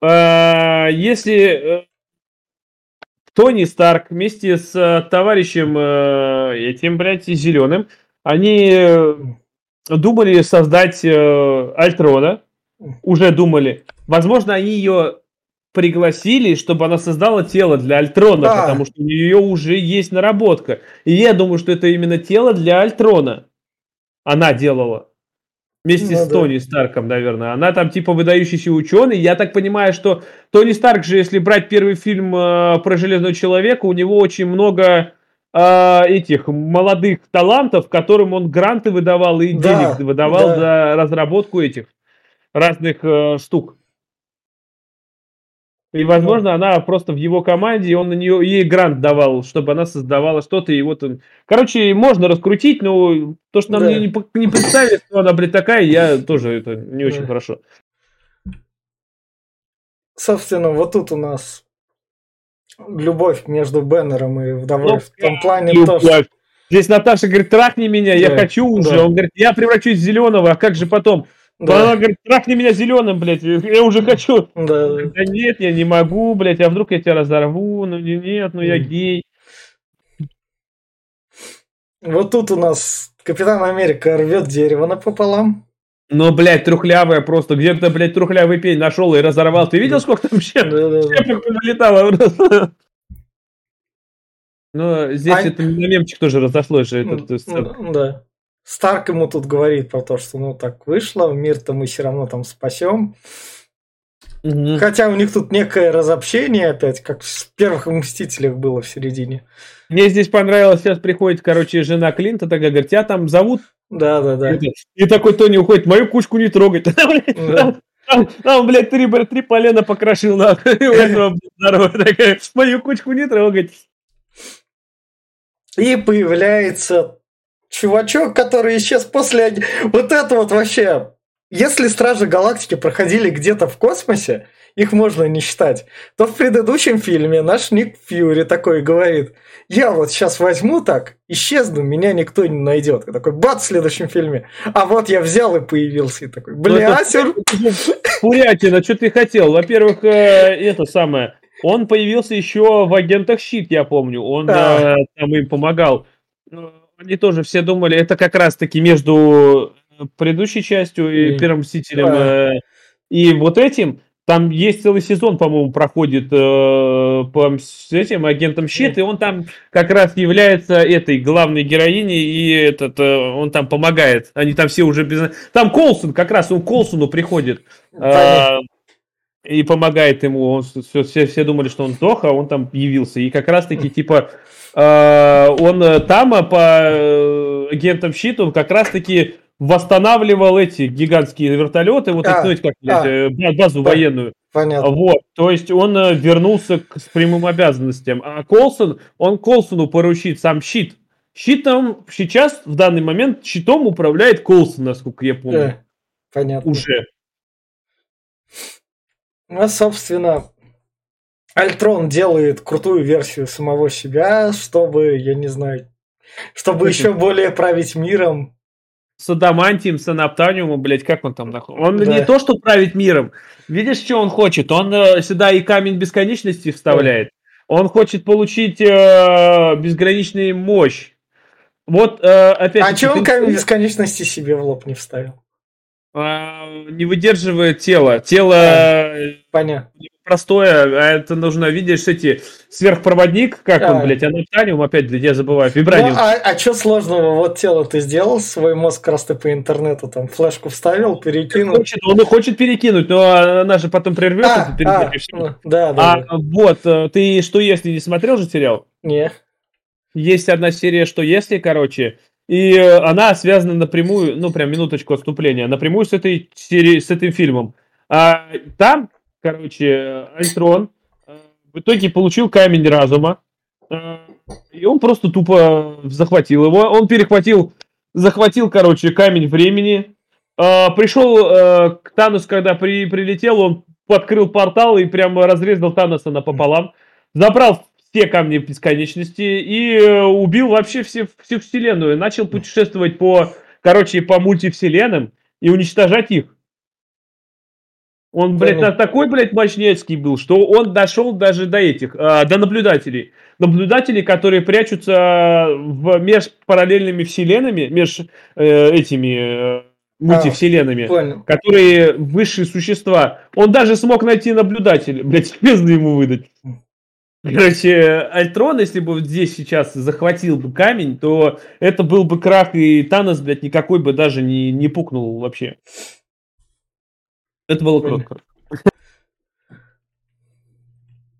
если Тони Старк вместе с товарищем этим, блядь, зеленым, они думали создать Альтрона, уже думали. Возможно, они ее пригласили, чтобы она создала тело для Альтрона, потому что у нее уже есть наработка. И я думаю, что это именно тело для Альтрона она делала. Вместе с Тони Старком, наверное. Она там типа выдающийся ученый. Я так понимаю, что Тони Старк же, если брать первый фильм про Железного Человека, у него очень много этих молодых талантов, которым он гранты выдавал и денег выдавал за разработку этих разных штук. И, возможно, она просто в его команде, и он на нее ей грант давал, чтобы она создавала что-то, и вот он... Короче, можно раскрутить, но то, что нам не представили, что она, блядь, такая, я тоже это не очень хорошо. Собственно, вот тут у нас любовь между Беннером и вдовой в том плане тоже. Здесь Наташа говорит, трахни меня, я хочу уже. Он говорит, я превращусь в зеленого, а как же потом? Она говорит, трахни меня зеленым, блядь, я уже хочу. Да нет, я не могу, блядь, а вдруг я тебя разорву? Ну нет, ну я гей. Вот тут у нас Капитан Америка рвет дерево напополам. Ну, блядь, трухлявая просто. Где-то, блядь, трухлявый пень нашел и разорвал. Ты видел, сколько там щепок вылетало просто? Ну, здесь это на мемчик тоже разошлось же. Да. Старк ему тут говорит про то, что ну так вышло, мир-то мы все равно там спасем. Хотя у них тут некое разобщение опять, как в первых Мстителях было в середине. Мне здесь понравилось, сейчас приходит, короче, жена Клинта, такая говорит, тебя там зовут? Да. И такой Тони уходит, мою кучку не трогать. Там, блядь, три полена покрошил, нахуй. Мою кучку не трогать. И появляется чувачок, который исчез после... Вот это вот вообще... Если Стражи Галактики проходили где-то в космосе, их можно не считать, то в предыдущем фильме наш Ник Фьюри такой говорит, я вот сейчас возьму так, исчезну, меня никто не найдет. И такой, бац, в следующем фильме. А вот я взял и появился. И такой, бля, Фурятина, что ты хотел? Во-первых, это самое... Он появился еще в «Агентах Щит», я помню. Он там им помогал. Они тоже все думали, это как раз-таки между предыдущей частью и Первым Мстителем и вот этим. Там есть целый сезон, по-моему, проходит по этим агентам Щит, и он там как раз является этой главной героиней, и он там помогает. Они там все уже без... Там Коулсон, как раз он к Коулсону приходит. И помогает ему. Все думали, что он сдох, а он там явился. И как раз-таки, типа, он там по агентам Щит, он как раз-таки восстанавливал эти гигантские вертолеты, вот эти, как базу военную. Понятно. Вот, то есть он вернулся с прямым обязанностям. А он Коулсону поручит сам Щит. Щитом сейчас, в данный момент, Щитом управляет Коулсон, насколько я помню. Понятно. Уже. Ну, собственно, Альтрон делает крутую версию самого себя, чтобы, я не знаю, чтобы еще более править миром. С адамантием, с анаптаниумом, блядь, как он там находится? Он не то, что править миром. Видишь, что он хочет? Он сюда и камень бесконечности вставляет. Он хочет получить безграничную мощь. Вот опять. А что он камень бесконечности себе в лоб не вставил? Не выдерживает тело. Тело понятно. Простое, а это нужно, видишь, эти сверхпроводник, как он, блядь, анаптаниум, опять, блядь, я забываю, вибраниум. Ну, а что сложного? Вот тело ты сделал, свой мозг раз ты по интернету там флешку вставил, перекинул. Он хочет перекинуть, но она же потом прервется. Да. Вот, ты «Что если» не смотрел же сериал? Не. Есть одна серия «Что если», короче, и она связана напрямую, ну, прям минуточку отступления, напрямую с этой серией, с этим фильмом. А там, короче, Альтрон в итоге получил камень разума, и он просто тупо захватил его. Он захватил, короче, камень времени. Пришел к Таносу, когда прилетел, он открыл портал и прямо разрезал Таноса напополам. Забрал все камни бесконечности и убил вообще всю вселенную. Начал путешествовать по мультивселенным и уничтожать их. Он, блядь, такой, блядь, мощнецкий был, что он дошел даже до этих, до наблюдателей. Наблюдатели, которые прячутся в межпараллельными вселенными, этими мультивселенными, которые высшие существа. Он даже смог найти наблюдателя, блядь, бездну ему выдать. Короче, Альтрон, если бы здесь сейчас захватил бы камень, то это был бы крах, и Танос, блядь, никакой бы даже не пукнул вообще. Это было круто.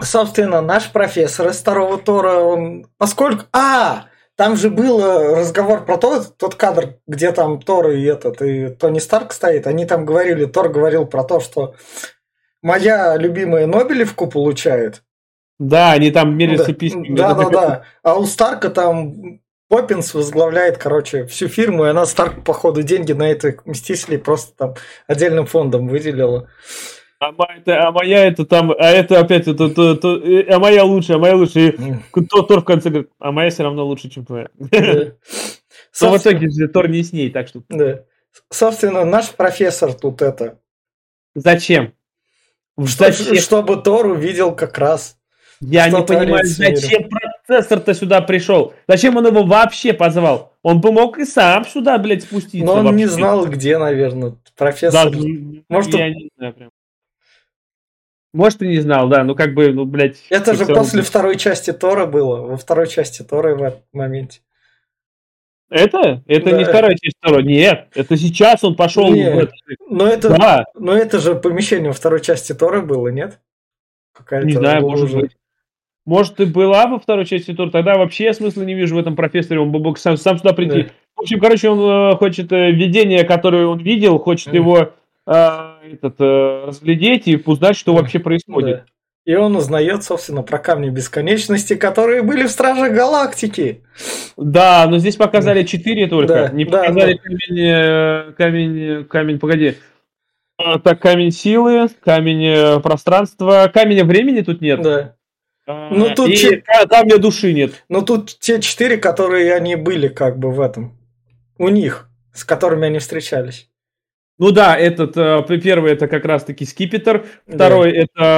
собственно, наш профессор из второго Тора, он... Поскольку... Там же был разговор про тот кадр, где там Тор и Тони Старк стоит. Они там говорили, Тор говорил про то, что моя любимая Нобелевку получает. Да, они там мерятся письмами. Да. А у Старка там Поппинс возглавляет, всю фирму, и она Старк, походу, деньги на этих Мстителей просто там отдельным фондом выделила. А моя это там, а это опять, а моя лучшая. Тор в конце говорит, а моя все равно лучше, чем твоя. Но в итоге же Тор не с ней, так что... Да. Собственно, наш профессор тут Зачем? Чтобы Тор увидел как раз. Я не понимаю, зачем процессор-то сюда пришел? Зачем он его вообще позвал? Он бы мог и сам сюда, блядь, спуститься. Но он не знал, где, наверное, профессор. Да, может, я не знаю прям. Может, и не знал, да, блядь. Это же после второй части Тора было. Во второй части Тора в этом моменте. Это? Это не вторая часть Тора. Нет, это сейчас он пошел. Но это же помещение во второй части Тора было, нет? Не знаю, может быть. Может, и была во второй части Тора. Тогда вообще я смысла не вижу в этом профессоре. Он бы мог сам сюда прийти. Да. В общем, он хочет видение, которое он видел, хочет его разглядеть и узнать, что вообще происходит. Да. И он узнает, собственно, про камни бесконечности, которые были в Стражах Галактики. Да, но здесь показали 4 только. Да, не показали камень, погоди. Так, камень силы, камень пространства, камня времени тут нет. Да. Тут камня души нет. Но тут те 4, которые они были в этом. У них, с которыми они встречались. Ну да, первый это как раз-таки скипетр, второй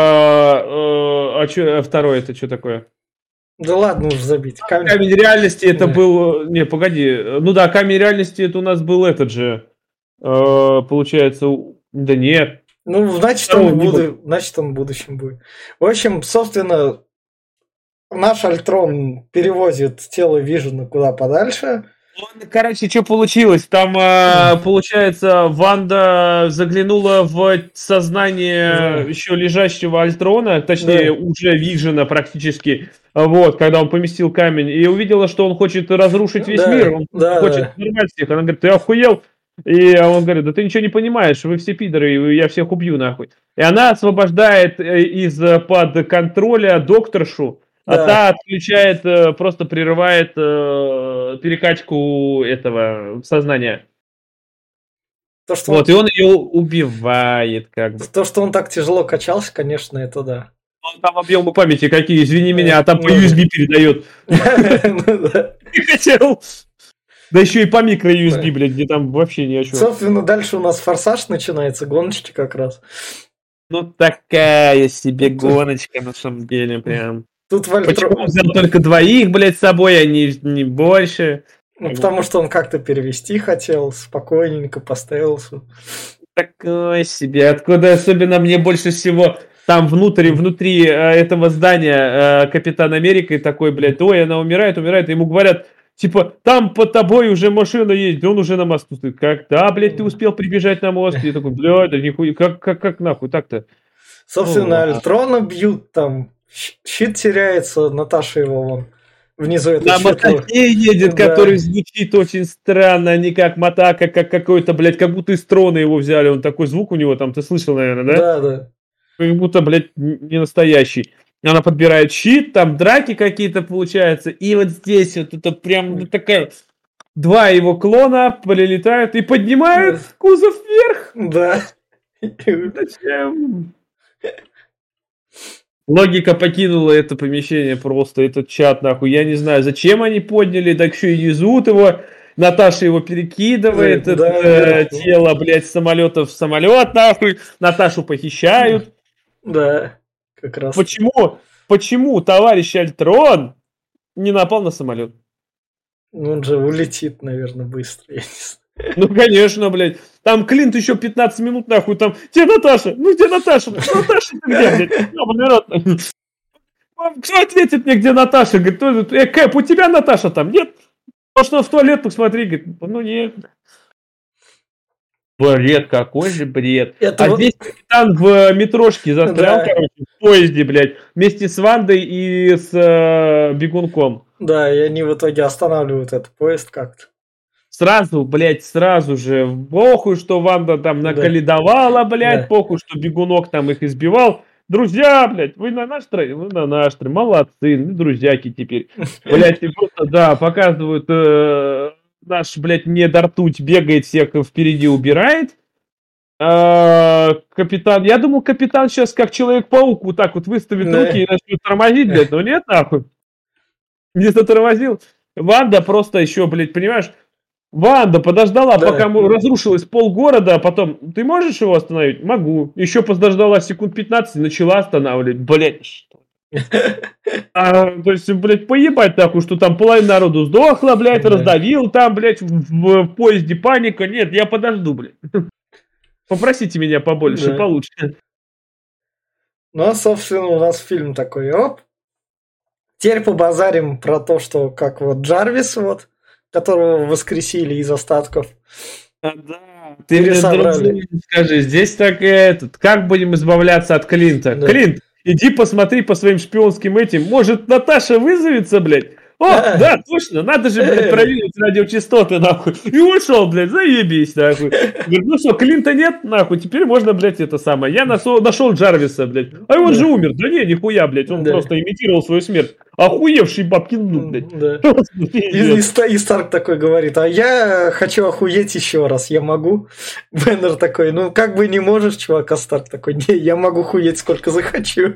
это... второй это что такое? Да ладно уж забить. Камень реальности это был... Не, погоди. Ну да, камень реальности это у нас был этот же. Получается... Да нет. Ну, значит, он в будущем будет. В общем, собственно, наш Альтрон перевозит тело Вижена куда подальше. Что получилось? Там, получается, Ванда заглянула в сознание еще лежащего Альтрона, точнее, уже Вижена практически, когда он поместил камень, и увидела, что он хочет разрушить весь мир, он хочет взорвать всех. Она говорит, ты охуел? И он говорит, да ты ничего не понимаешь, вы все пидоры, я всех убью нахуй. И она освобождает из-под контроля докторшу, а та отключает, просто прерывает перекачку этого сознания. И он ее убивает То, что он так тяжело качался, конечно, это да. Там объемы памяти какие, извини меня, а там по USB передает. Не хотел. Да еще и по микро-USB, блядь, где там вообще ни о чем. Собственно, дальше у нас форсаж начинается, гоночки как раз. Ну, такая себе гоночка, на самом деле, прям. Тут Почему он взял только 2, блядь, с собой, а не больше? Ну, потому что он как-то перевести хотел, спокойненько поставился. Такое себе. Откуда особенно мне больше всего... Там внутри этого здания Капитан Америка и такой, блядь, ой, она умирает, и ему говорят... Типа, там под тобой уже машина есть, он уже на мосту стоит. Когда, блядь, ты успел прибежать на мост? Я такой, блядь, да нихуя, как нахуй так-то? Собственно, Альтрона бьют, там, щит теряется, Наташа его вон внизу это мотоке едет, который звучит очень странно, не как Мотака, как какой-то, блядь, как будто из Трона его взяли. Он такой звук у него там, ты слышал, наверное, да? Да. Как будто, блядь, не настоящий. Она подбирает щит, там драки какие-то получаются, и вот здесь вот это прям такая... 2 его клона прилетают и поднимают кузов вверх. Да. Зачем? Логика покинула это помещение просто, этот чат, нахуй. Я не знаю, зачем они подняли, так еще и несут его. Наташа его перекидывает, тело, блядь, с самолета в самолет, нахуй. Наташу похищают. Да. Как раз. Почему товарищ Альтрон не напал на самолет? Ну, он же улетит, наверное, быстро, я не знаю. Ну, конечно, блядь. Там Клинт еще 15 минут, нахуй, там, где Наташа? Ну, где Наташа? Наташа, ты где, блядь? Кто ответит мне, где Наташа? Говорит, Кэп, у тебя Наташа там, нет? Может, в туалет посмотри, говорит, ну, нет. Бред, какой же бред. Это А вот- здесь капитан в метрошке застрял, Да. короче, в поезде, блядь, вместе с Вандой и с бегунком. Да, и они в итоге останавливают этот поезд как-то. Сразу, блядь, сразу же. Похуй, что Ванда там Да. наколедовала, блядь, Да. похуй, что бегунок там их избивал. Друзья, блядь, вы на наш трой, вы на наш трой, молодцы, мы друзьяки теперь. Блядь, и просто, да, показывают, наш, блядь, недортуть бегает, всех впереди убирает. Капитан, я думал, капитан сейчас как Человек-паук вот так вот выставит Да. руки и начнет тормозить, блядь, но нет, нахуй. Не затормозил. Ванда просто еще, блядь, понимаешь, Ванда подождала, Да. пока разрушилось полгорода, а потом, ты можешь его остановить? Могу. Еще подождала секунд 15 и начала останавливать. Блядь, что? То есть, блядь, поебать нахуй, что там половина народу сдохла, блядь, Да. раздавил там, блядь, в поезде паника. Нет, я подожду, блядь. Попросите меня побольше, Да. получше. Ну, а, собственно, у нас фильм такой, оп. Теперь побазарим про то, что как вот Джарвис, вот, которого воскресили из остатков. Да, ты мне Пересобрали. скажи, здесь так этот, как будем избавляться от Клинта? Да. Клинт, иди посмотри по своим шпионским этим, может Наташа вызовется, блядь? О, Да. да, точно, надо же, блядь, проверить радиочастоты, нахуй. И ушел, блядь, заебись, нахуй. Говорит, ну что, Клинта нет, нахуй, теперь можно, блядь, это самое. Я нашел Джарвиса, блядь. А он Да. же умер. Да не, нихуя, блядь, он Да. просто имитировал свою смерть. Охуевший бабкин внук, блядь. Да. Пиздец. И Старк такой говорит, а я хочу охуеть еще раз, я могу? Бэннер такой, ну как бы не можешь, чувак, а Старк такой, не, я могу хуеть сколько захочу.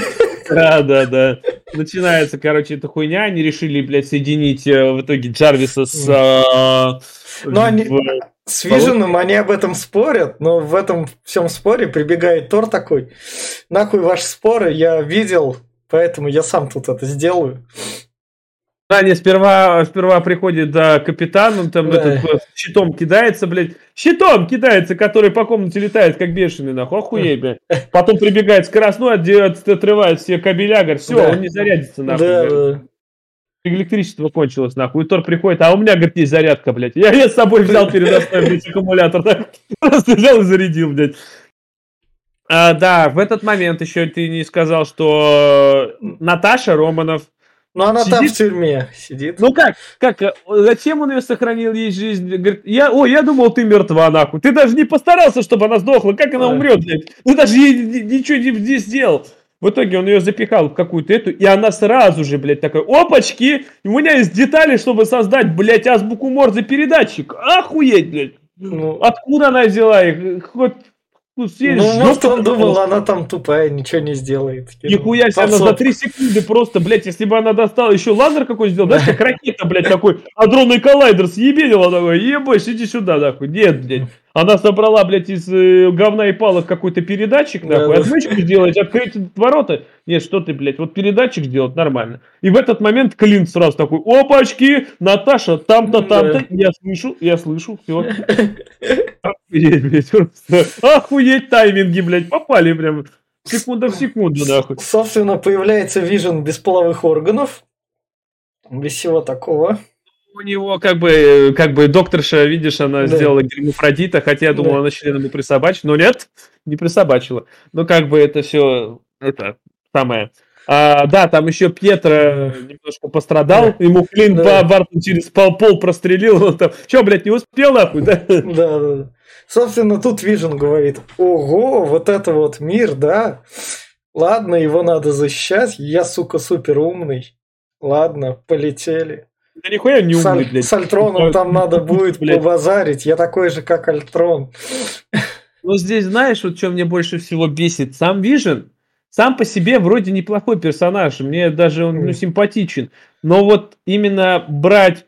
Да. Начинается, короче, эта хуйня. Они решили, блядь, соединить в итоге Джарвиса с... Ну, они с Виженом они об этом спорят, но в этом всем споре прибегает Тор такой, нахуй ваши споры, я видел, поэтому я сам тут это сделаю. Они сперва приходит капитан, он там Да. этот щитом кидается, блядь. Щитом кидается, который по комнате летает, как бешеный, нахуй. Охуеть, блядь. Потом прибегает скоростной, отрывает все кабеля, говорит, все, Да. он не зарядится, нахуй. Да, говорит. да. Электричество кончилось, нахуй. И Тор приходит, а у меня, говорит, есть зарядка, блядь. Я с собой взял переносной, блядь, аккумулятор, так. Просто взял и зарядил, блядь. Да, в этот момент еще ты не сказал, что Наташа Романов. Ну, она там в Сидит? тюрьме сидит. Ну как, зачем он ее сохранил, ей жизнь? Говорит, я думал, ты мертва, нахуй. Ты даже не постарался, чтобы она сдохла. Как она умрет, блядь? Ты даже ей ничего не сделал. В итоге он ее запихал в какую-то эту, и она сразу же, блядь, такой, опачки, у меня есть детали, чтобы создать, блядь, азбуку Морзе передатчик. Охуеть, блядь. Ну, Откуда она взяла их? Хоть, может, он думал, она там тупая, ничего не сделает. Нихуя себе, она за 3 секунды просто, блядь, если бы она достала еще лазер какой сделал, знаешь, как ракета, блядь, такой, адронный коллайдер съебенила, такой, ебать, иди сюда, нахуй. Нет, блядь. Она собрала, блядь, из говна и палок какой-то передатчик, нахуй, Да. отмычку сделать, открыть ворота. Нет, что ты, блядь, вот передатчик сделать нормально. И в этот момент Клинт сразу такой, опачки, Наташа, там-то, там-то. Да. Я слышу, все. Охуеть, блядь, просто. Охуеть тайминги, блядь, попали прям. Секунда в секунду, нахуй. Собственно, появляется Вижен без половых органов. Без всего такого. У него как бы докторша, видишь, она Да. сделала гермафродита, хотя я думал, Да. она член ему присобачит, но нет, не присобачила. Ну, как бы это все, это самое. Да, там еще Пьетро немножко пострадал, Да. ему Клинт Да. Бартон через пол прострелил, он там, че, блядь, не успел, нахуй, да? Да. Собственно, тут Вижен говорит, ого, вот это вот мир, да. Ладно, его надо защищать, я, сука, супер умный. Ладно, полетели. Да нихуя не умный, блядь. С Альтроном там надо будет Блядь. побазарить, я такой же, как Альтрон. Ну, здесь, знаешь, вот что мне больше всего бесит? Сам Вижен, сам по себе вроде неплохой персонаж, мне даже он симпатичен. Но вот именно брать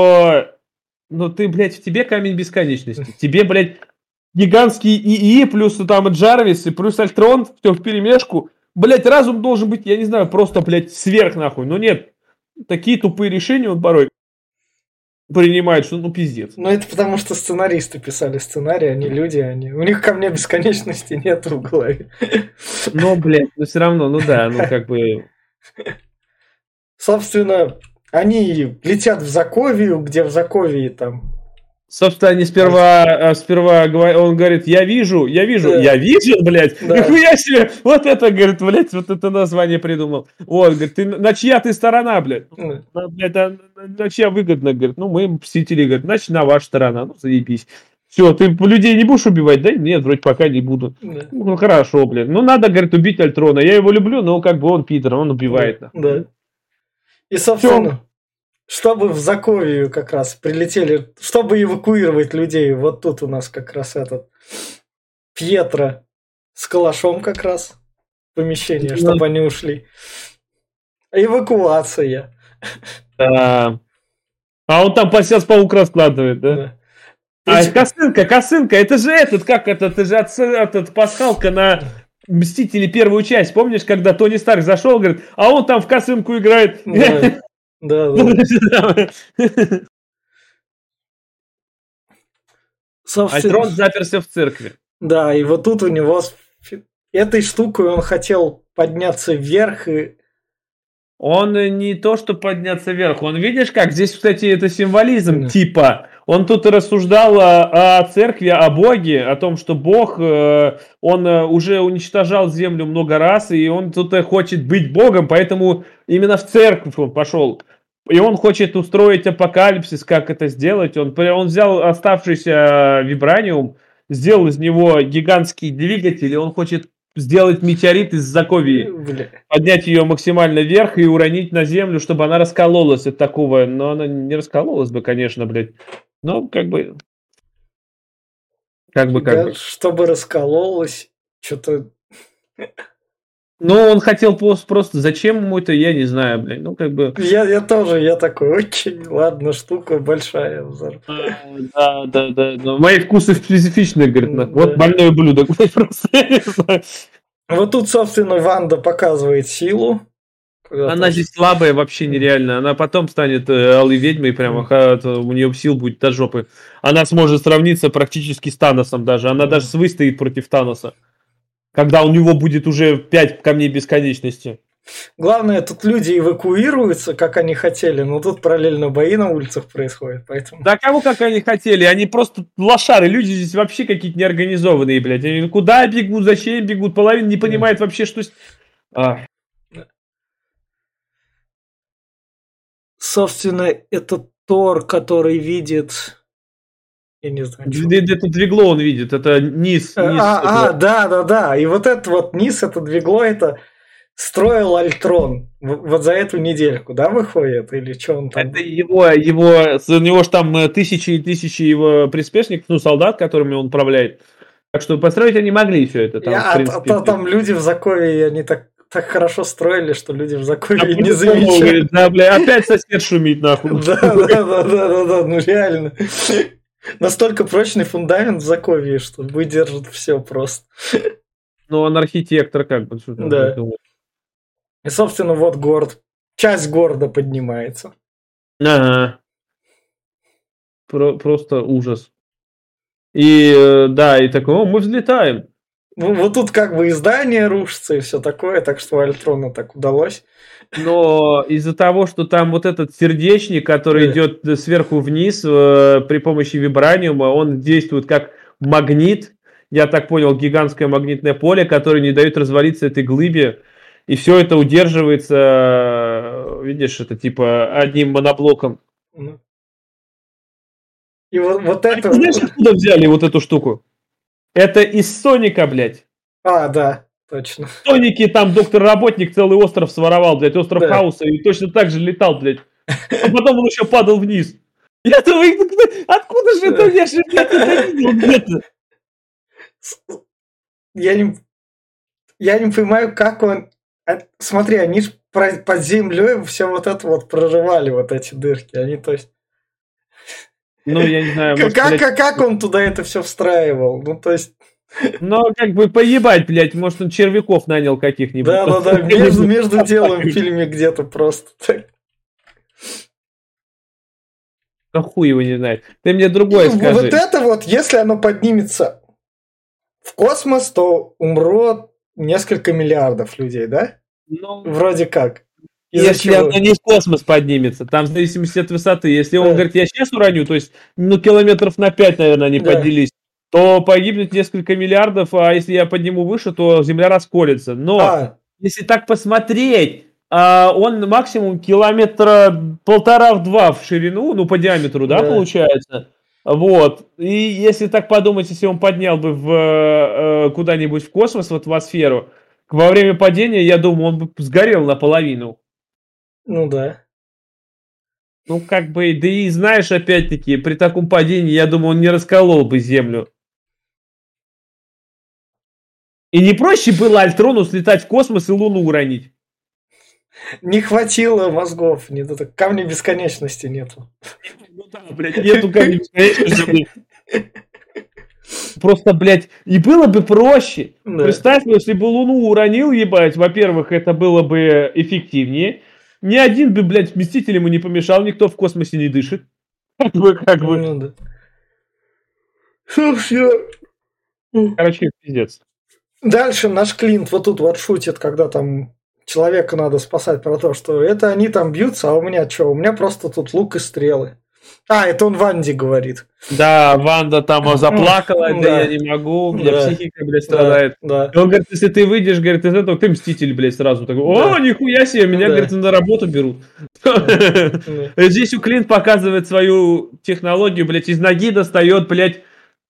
Ну, ты, блядь, в тебе камень бесконечности. Тебе, блядь, гигантский ИИ, плюс там и Джарвис, и плюс Альтрон, все в перемешку. Блядь, разум должен быть, я не знаю, просто, блядь, сверх нахуй. Но нет, такие тупые решения он порой принимает, что ну пиздец. Ну, это потому, что сценаристы писали сценарий, они люди, у них камня бесконечности нет в голове. Но, блядь, но все равно, ну да, ну как бы... Собственно, они летят в Заковию, где в Заковии там Собственно, они сперва он говорит, я вижу, блядь, нихуя себе, вот это, говорит, блядь, вот это название придумал. Вот, говорит, на чья ты сторона, блядь? Блядь, на чья выгодно, говорит, ну, мы мстители, говорит, значит, на ваша сторона, ну, заебись. Все, ты людей не будешь убивать, да? Нет, вроде пока не буду. Ну, хорошо, блядь, ну, надо, говорит, убить Альтрона, я его люблю, но как бы он пидор, он убивает. Да. И, собственно... Чтобы в Заковию как раз прилетели, чтобы эвакуировать людей, вот тут у нас как раз этот Пьетро с калашом как раз помещение, чтобы они ушли. Эвакуация. Да. А он там сейчас паук раскладывает, да? А косынка, это же это же этот пасхалка на Мстители первую часть, помнишь, когда Тони Старк зашел, говорит, а он там в косынку играет. Да. Альтрон заперся в церкви. Да, и вот тут у него этой штукой он хотел подняться вверх и... Он не то, что подняться вверх, он, видишь как, здесь, кстати, это символизм, типа, он тут рассуждал о церкви, о Боге, о том, что Бог, он уже уничтожал землю много раз, и он тут хочет быть Богом, поэтому именно в церковь он пошел. И он хочет устроить апокалипсис, как это сделать. Он взял оставшийся вибраниум, сделал из него гигантский двигатель, и он хочет сделать метеорит из Заковии, поднять ее максимально вверх и уронить на землю, чтобы она раскололась от такого. Но она не раскололась бы, конечно, блядь. Но как бы... Чтобы раскололась, что-то... Ну, он хотел просто... Зачем ему это, я не знаю, блядь. Ну, как бы... Я тоже, я такой, окей, ладно, штука большая. Да. Но мои вкусы специфичные, говорит. Вот больное блюдо, блядь, просто. Вот тут, собственно, Ванда показывает силу. Она здесь слабая, вообще нереально. Она потом станет алой ведьмой, прямо у нее сил будет до жопы. Она сможет сравниться практически с Таносом даже. Она даже выстоит против Таноса. Когда у него будет уже 5 камней бесконечности. Главное, тут люди эвакуируются, как они хотели, но тут параллельно бои на улицах происходят, поэтому... Да кого как они хотели, они просто лошары, люди здесь вообще какие-то неорганизованные, блядь. Они куда бегут, зачем бегут, половина не понимает вообще, что... Собственно, это Тор, который видит... Я не знаю. Это двигло он видит, это низ. Да. И вот это вот низ, это двигло, это строил Альтрон вот за эту недельку, да, выходит? Или что он там? Это у него же там тысячи и тысячи его приспешников, ну, солдат, которыми он управляет. Так что построить они могли все это. Там, там люди в Закове, они так хорошо строили, что люди в Закове не замечают. Да, бля, опять сосед шумит, нахуй. Да, ну реально. Настолько прочный фундамент в Заковье, что выдержит все просто. Ну, он архитектор, как бы. Да. И, собственно, вот город. Часть города поднимается. Ага. Просто ужас. И, да, и такой, мы взлетаем. Вот тут как бы и здание рушится, и все такое, так что Альтрону так удалось. Но из-за того, что там вот этот сердечник, который идет сверху вниз при помощи вибраниума, он действует как магнит, я так понял, гигантское магнитное поле, которое не дает развалиться этой глыбе. И все это удерживается, видишь, это типа одним моноблоком. И вот это... Знаешь, откуда взяли вот эту штуку? Это из Соника, блядь. Да. Точно. В Сонике там доктор-работник целый остров своровал, блядь, остров Хаоса, и точно так же летал, блядь. А потом он еще падал вниз. Я думаю, откуда же это? Я же, блядь, это видел где-то. Я не понимаю, как он... Смотри, они же под землей все вот это вот прорывали, вот эти дырки. Они, то есть... Ну, я не знаю, может, как он туда это все встраивал? Ну, то есть... Ну, как бы поебать, блядь, может, он червяков нанял каких-нибудь. Да, между делом в фильме где-то просто так. Да хуй его не знает. Ты мне другое скажи. Вот это вот, если оно поднимется в космос, то умрет несколько миллиардов людей, да? Ну, вроде как. Если она не в космос поднимется, там в зависимости от высоты. Если он говорит, я сейчас уроню, то есть, километров на 5, наверное, они поднялись, то погибнет несколько миллиардов, а если я подниму выше, то Земля расколется. Но, если так посмотреть, он максимум километра 1,5-2 в ширину, по диаметру, да, получается? Вот. И если так подумать, если он поднял бы куда-нибудь в космос, в атмосферу, во время падения, я думаю, он бы сгорел наполовину. Ну да. Да и знаешь, опять-таки, при таком падении, я думаю, он не расколол бы Землю. И не проще было Альтрону слетать в космос и Луну уронить? Не хватило мозгов, камня бесконечности нету. Нету камня бесконечности. Просто, блядь, и было бы проще. Да. Представь, если бы Луну уронил, ебать, во-первых, это было бы эффективнее. Ни один бы, блядь, вместитель ему не помешал, никто в космосе не дышит. Как бы. Ну да. Короче, пиздец. Дальше наш Клинт вот тут вот шутит, когда там человека надо спасать, про то, что это они там бьются, а у меня что? У меня просто тут лук и стрелы. Это он Ванде говорит. Да, Ванда там заплакала, да, я не могу, у меня психика, блядь, страдает. Да. И он говорит, если ты выйдешь, говорит, из этого, ты мститель, блядь, сразу такой, нихуя себе, меня, говорит, на работу берут. Здесь у Клинт показывает свою технологию, блядь, из ноги достает, блядь,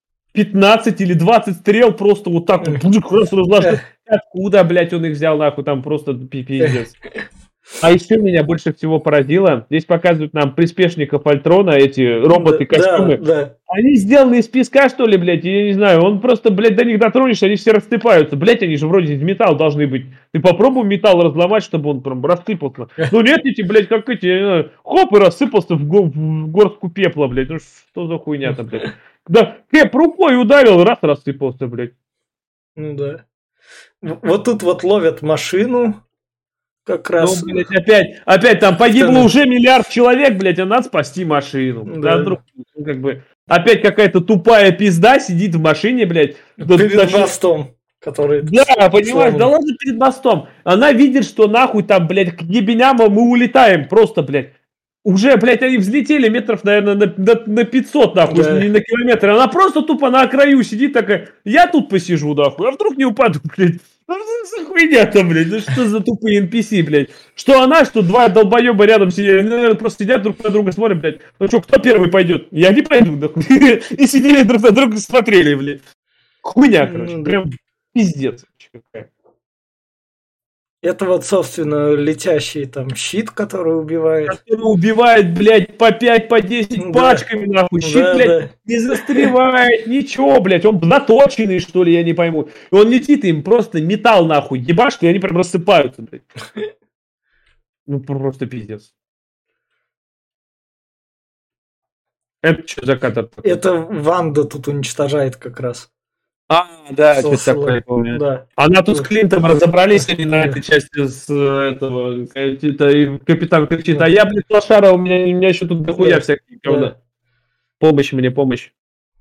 15 или 20 стрел просто вот так вот разложил. Откуда, блядь, он их взял, нахуй, там просто пиздец. А еще меня больше всего поразило, здесь показывают нам приспешников Альтрона, эти роботы-костюмы. Да. Они сделаны из песка, что ли, блядь, я не знаю, он просто, блядь, до них дотронешься, они все рассыпаются. Блядь, они же вроде из металла должны быть. Ты попробуй металл разломать, чтобы он прям рассыпался. Ну нет, эти, блядь, как эти, я не знаю, хоп, и рассыпался в горстку пепла, блядь. Ну что за хуйня-то, блядь. Да, Кэп рукой ударил, раз рассыпался, блядь. Ну да. Вот тут вот ловят машину. Как раз. Ну, блядь, опять там погибло уже миллиард человек, блядь, а надо спасти машину. Да. Опять какая-то тупая пизда сидит в машине, блядь. Перед мостом. Который... Да, понимаешь, да ладно перед мостом. Она видит, что нахуй там, блядь, к ебеням мы улетаем просто, блядь. Уже, блядь, они взлетели метров, наверное, на 500, нахуй, не на километр. Она просто тупо на краю сидит такая, я тут посижу, нахуй, а вдруг не упаду, блядь. Ну что за хуйня-то, блядь, ну что за тупые NPC, блядь. Что она, что два долбоеба рядом сидели, наверное, просто сидят друг на друга, смотрят, блядь. Ну что, кто первый пойдет? Я не пойду, нахуй. И сидели друг на друга, смотрели, блядь. Хуйня, короче, прям пиздец. Какая. Это вот, собственно, летящий там щит, который убивает. Который убивает, блядь, по 5, по 10 пачками, нахуй. Щит, блядь, не застревает, ничего, блядь. Он заточенный, что ли, я не пойму. И он летит, им просто металл, нахуй, ебашит, и они прям рассыпаются, блядь. Ну, просто пиздец. Это что за кадр такой? Это Ванда тут уничтожает как раз. Да, что-то такое, помню. Да. Она тут с Клинтом разобрались, они на этой части с этого. И капитан кричит, а я, блядь, лошара, у меня еще тут дохуя всяких говна. Помощь мне, помощь.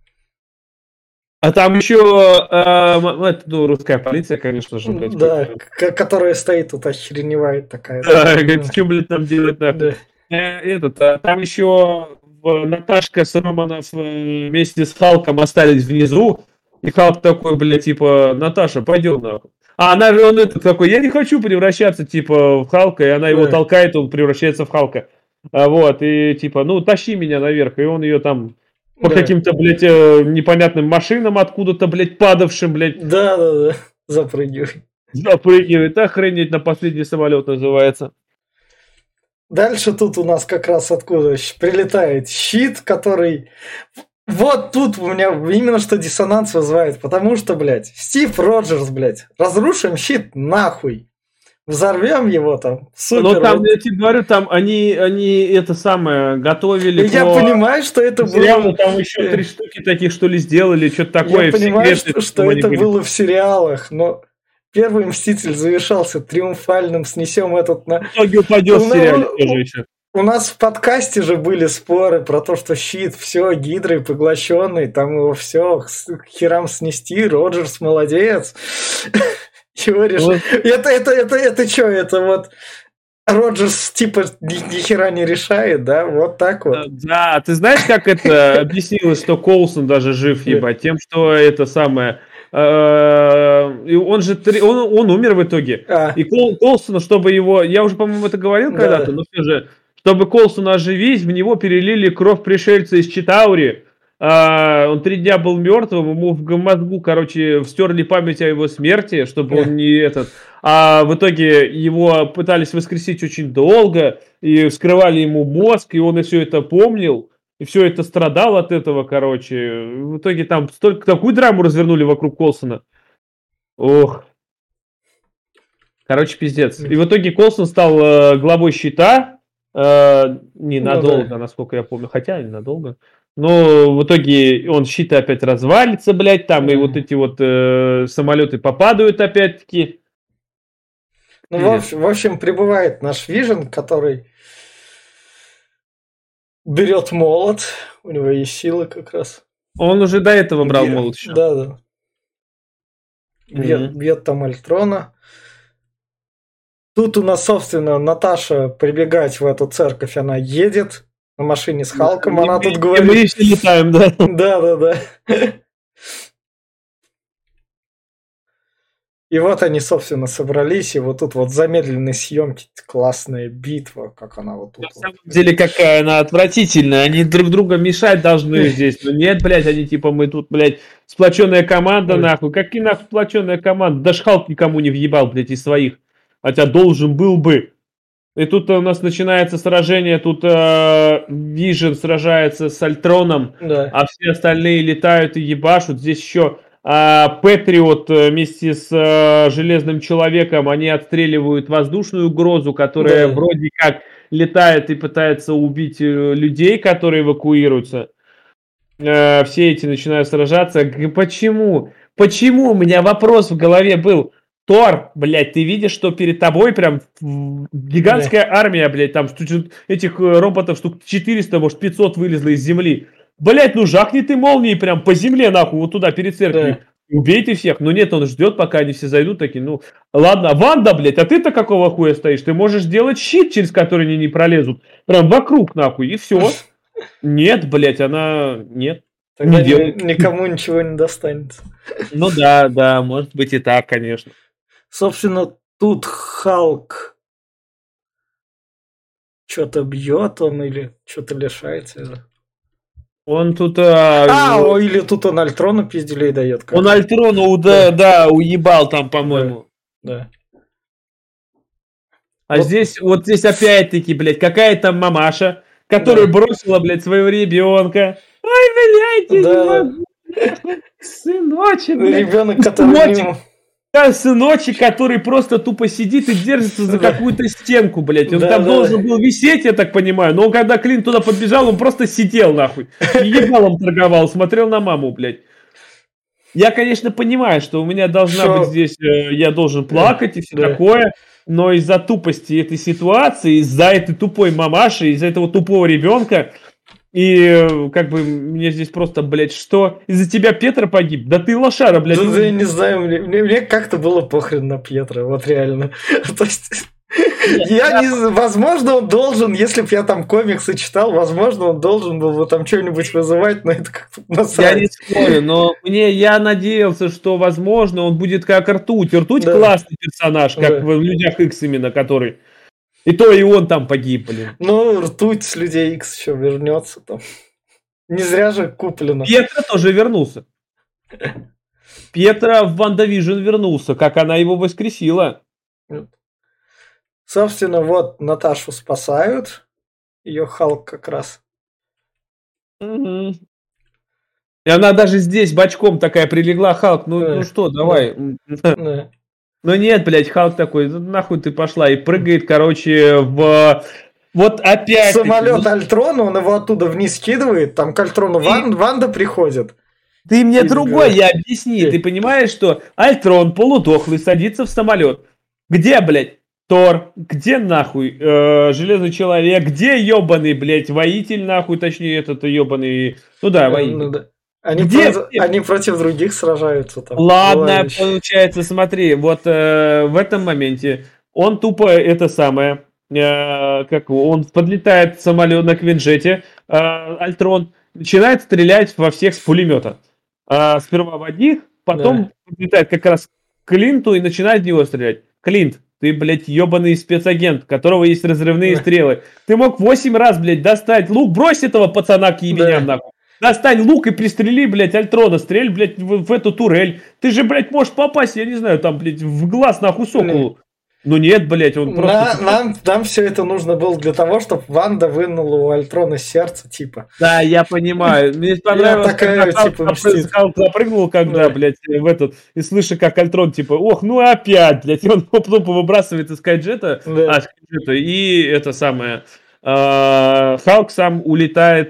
А там еще русская полиция, конечно же. Блядь, да, которая стоит тут, охреневает такая. Да, говорит, что, блядь, там делать, нахуй. Там еще Наташка с Романов вместе с Халком остались внизу. И Халк такой, блядь, типа, Наташа, пойдем нахуй. Он такой, я не хочу превращаться, типа, в Халка, и она его толкает, он превращается в Халка. Вот, и типа, тащи меня наверх, и он ее там по каким-то, блядь, непонятным машинам откуда-то, блядь, падавшим, блядь. Да, запрыгивает. Запрыгивает, охренеть, на последний самолет называется. Дальше тут у нас как раз откуда прилетает щит, который... Вот тут у меня именно что диссонанс вызывает, потому что, блядь, Стив Роджерс, блядь, разрушим щит нахуй, взорвем его там, супер. Но там, я тебе говорю, там они это самое готовили. Я понимаю, что это было... Там еще 3 штуки таких, что ли, сделали, что-то такое. Я понимаю, что это было в сериалах, но... Первый Мститель завершался триумфальным, снесем этот на... В итоге упадет в сериале тоже еще. У нас в подкасте же были споры про то, что щит, все, гидрой поглощенный, там его все херам снести, Роджерс молодец. Чего решил? Это что, это вот Роджерс типа ни хера не решает, да? Вот так вот. Да, ты знаешь, как это объяснилось, что Коулсон даже жив, ебать? Тем, что это самое... Он же он умер в итоге. И Коулсона, чтобы его... Я уже, по-моему, это говорил когда-то, но все же... Чтобы Коулсона оживить, в него перелили кровь пришельца из Читаури. Он 3 дня был мертвым, ему в мозгу, короче, стерли память о его смерти, чтобы он не этот... А в итоге его пытались воскресить очень долго, и вскрывали ему мозг, и он и все это помнил, и все это страдал от этого, короче. В итоге там такую драму развернули вокруг Колсона. Ох. Короче, пиздец. И в итоге Колсон стал главой Щита, ненадолго, насколько я помню, хотя ненадолго. Но в итоге он Щит опять развалится, блядь, там, и вот эти вот самолеты попадают опять-таки. Ну, в общем, прибывает наш Вижен, который берет молот, у него есть силы как раз. Он уже до этого брал молот еще. Да. Бьет там Альтрона. Тут у нас, собственно, Наташа прибегать в эту церковь, она едет на машине с Халком, она тут говорит... Мы все летаем, да? Да. И вот они, собственно, собрались, и вот тут вот замедленные съемки, классная битва, как она вот тут. На самом деле, какая она отвратительная, они друг друга мешать должны здесь, но нет, блядь, они типа, мы тут, блядь, сплоченная команда, нахуй, какие нахуй сплоченная команда, даже Халк никому не въебал, блядь, из своих, хотя должен был бы. И тут у нас начинается сражение, тут Вижен сражается с Альтроном, а все остальные летают и ебашут, здесь еще... Патриот вместе с Железным Человеком, они отстреливают воздушную угрозу, которая вроде как летает и пытается убить людей, которые эвакуируются. Все эти начинают сражаться. Почему? Почему? У меня вопрос в голове был. Тор, блядь, ты видишь, что перед тобой прям гигантская армия, блядь, там этих роботов штук 400, может 500 вылезло из земли. Блять, ну жахни ты молнией прям по земле, нахуй, вот туда, перед церковью. Убей ты всех. Но нет, он ждет, пока они все зайдут, такие, ну, ладно, Ванда, блядь, а ты-то какого хуя стоишь? Ты можешь делать щит, через который они не пролезут. Прям вокруг, нахуй, и все. Нет, блядь, она... Нет. Тогда никому ничего не достанется. Ну да, может быть и так, конечно. Собственно, тут Халк что-то бьет он или что-то лишается. Он тут... или тут он Альтрону пизделей дает. Он Альтрону, уебал там, по-моему. Да. А здесь опять-таки, блядь, какая там мамаша, которая бросила, блядь, своего ребенка. Ой, блядь, сыночек, блядь. Ребенок, который... Сыночек, который просто тупо сидит и держится за какую-то стенку, блядь. Он там должен был висеть, я так понимаю. Но когда Клинт туда подбежал, он просто сидел, нахуй. И ебалом торговал, смотрел на маму, блядь. Я, конечно, понимаю, что у меня должна быть здесь... Я должен плакать и все такое. Но из-за тупости этой ситуации, из-за этой тупой мамаши, из-за этого тупого ребенка... И как бы мне здесь просто, блядь, что? Из-за тебя Петр погиб? Да ты лошара, блядь. Да я не знаю, мне как-то было похрен на Петра, вот реально. То есть, возможно, он должен, если бы я там комиксы читал, возможно, он должен был бы там что-нибудь вызывать, но это как-то насрать. Я не спорю, но я надеялся, что, возможно, он будет как Ртуть. Ртуть классный персонаж, как в Людях Икс именно, который... И то, и он там погиб, блин. Ну, Ртуть с Людей Икс еще вернется там. Не зря же куплено. Петра тоже вернулся. Петра в Ванда Вижн вернулся, как она его воскресила. Собственно, вот Наташу спасают. Ее Халк как раз. Угу. И она даже здесь бочком такая прилегла. Халк, ну что, давай. Да. Ну нет, блядь, Халк такой, нахуй ты пошла. И прыгает, короче, в... Вот опять... Самолет Альтрона, он его оттуда вниз кидывает, там к Альтрону Ванда приходит. Ты мне другое объясни. Ты понимаешь, что Альтрон полудохлый садится в самолет. Где, блядь, Тор? Где, нахуй, Железный Человек? Где ебаный, блядь, воитель, нахуй, точнее, этот ебаный... Ну да, воитель. Ну, да. Они против других сражаются. Там, получается, смотри, вот в этом моменте он тупо это самое... как он подлетает в самолет на Квинджете, Альтрон, начинает стрелять во всех с пулемета. Сперва в одних, потом подлетает как раз к Клинту и начинает в него стрелять. Клинт, ты, блядь, ебаный спецагент, у которого есть разрывные стрелы. Ты мог 8 раз, блядь, достать лук, брось этого пацана к ебеням, нахуй. Достань лук и пристрели, блядь, Альтрона, стрель, блядь, в эту турель. Ты же, блядь, можешь попасть, я не знаю, там, блядь, в глаз, нахуй, соколу. Ну нет, блядь, он просто... Нам все это нужно было для того, чтобы Ванда вынула у Альтрона сердце, типа. Да, я понимаю. Мне понравилось, такая, когда Халк запрыгнул, когда, блядь, в этот, и слышу, как Альтрон, типа, ох, ну опять, блядь, и он тупо выбрасывает из Скайджета, и это самое, Халк сам улетает,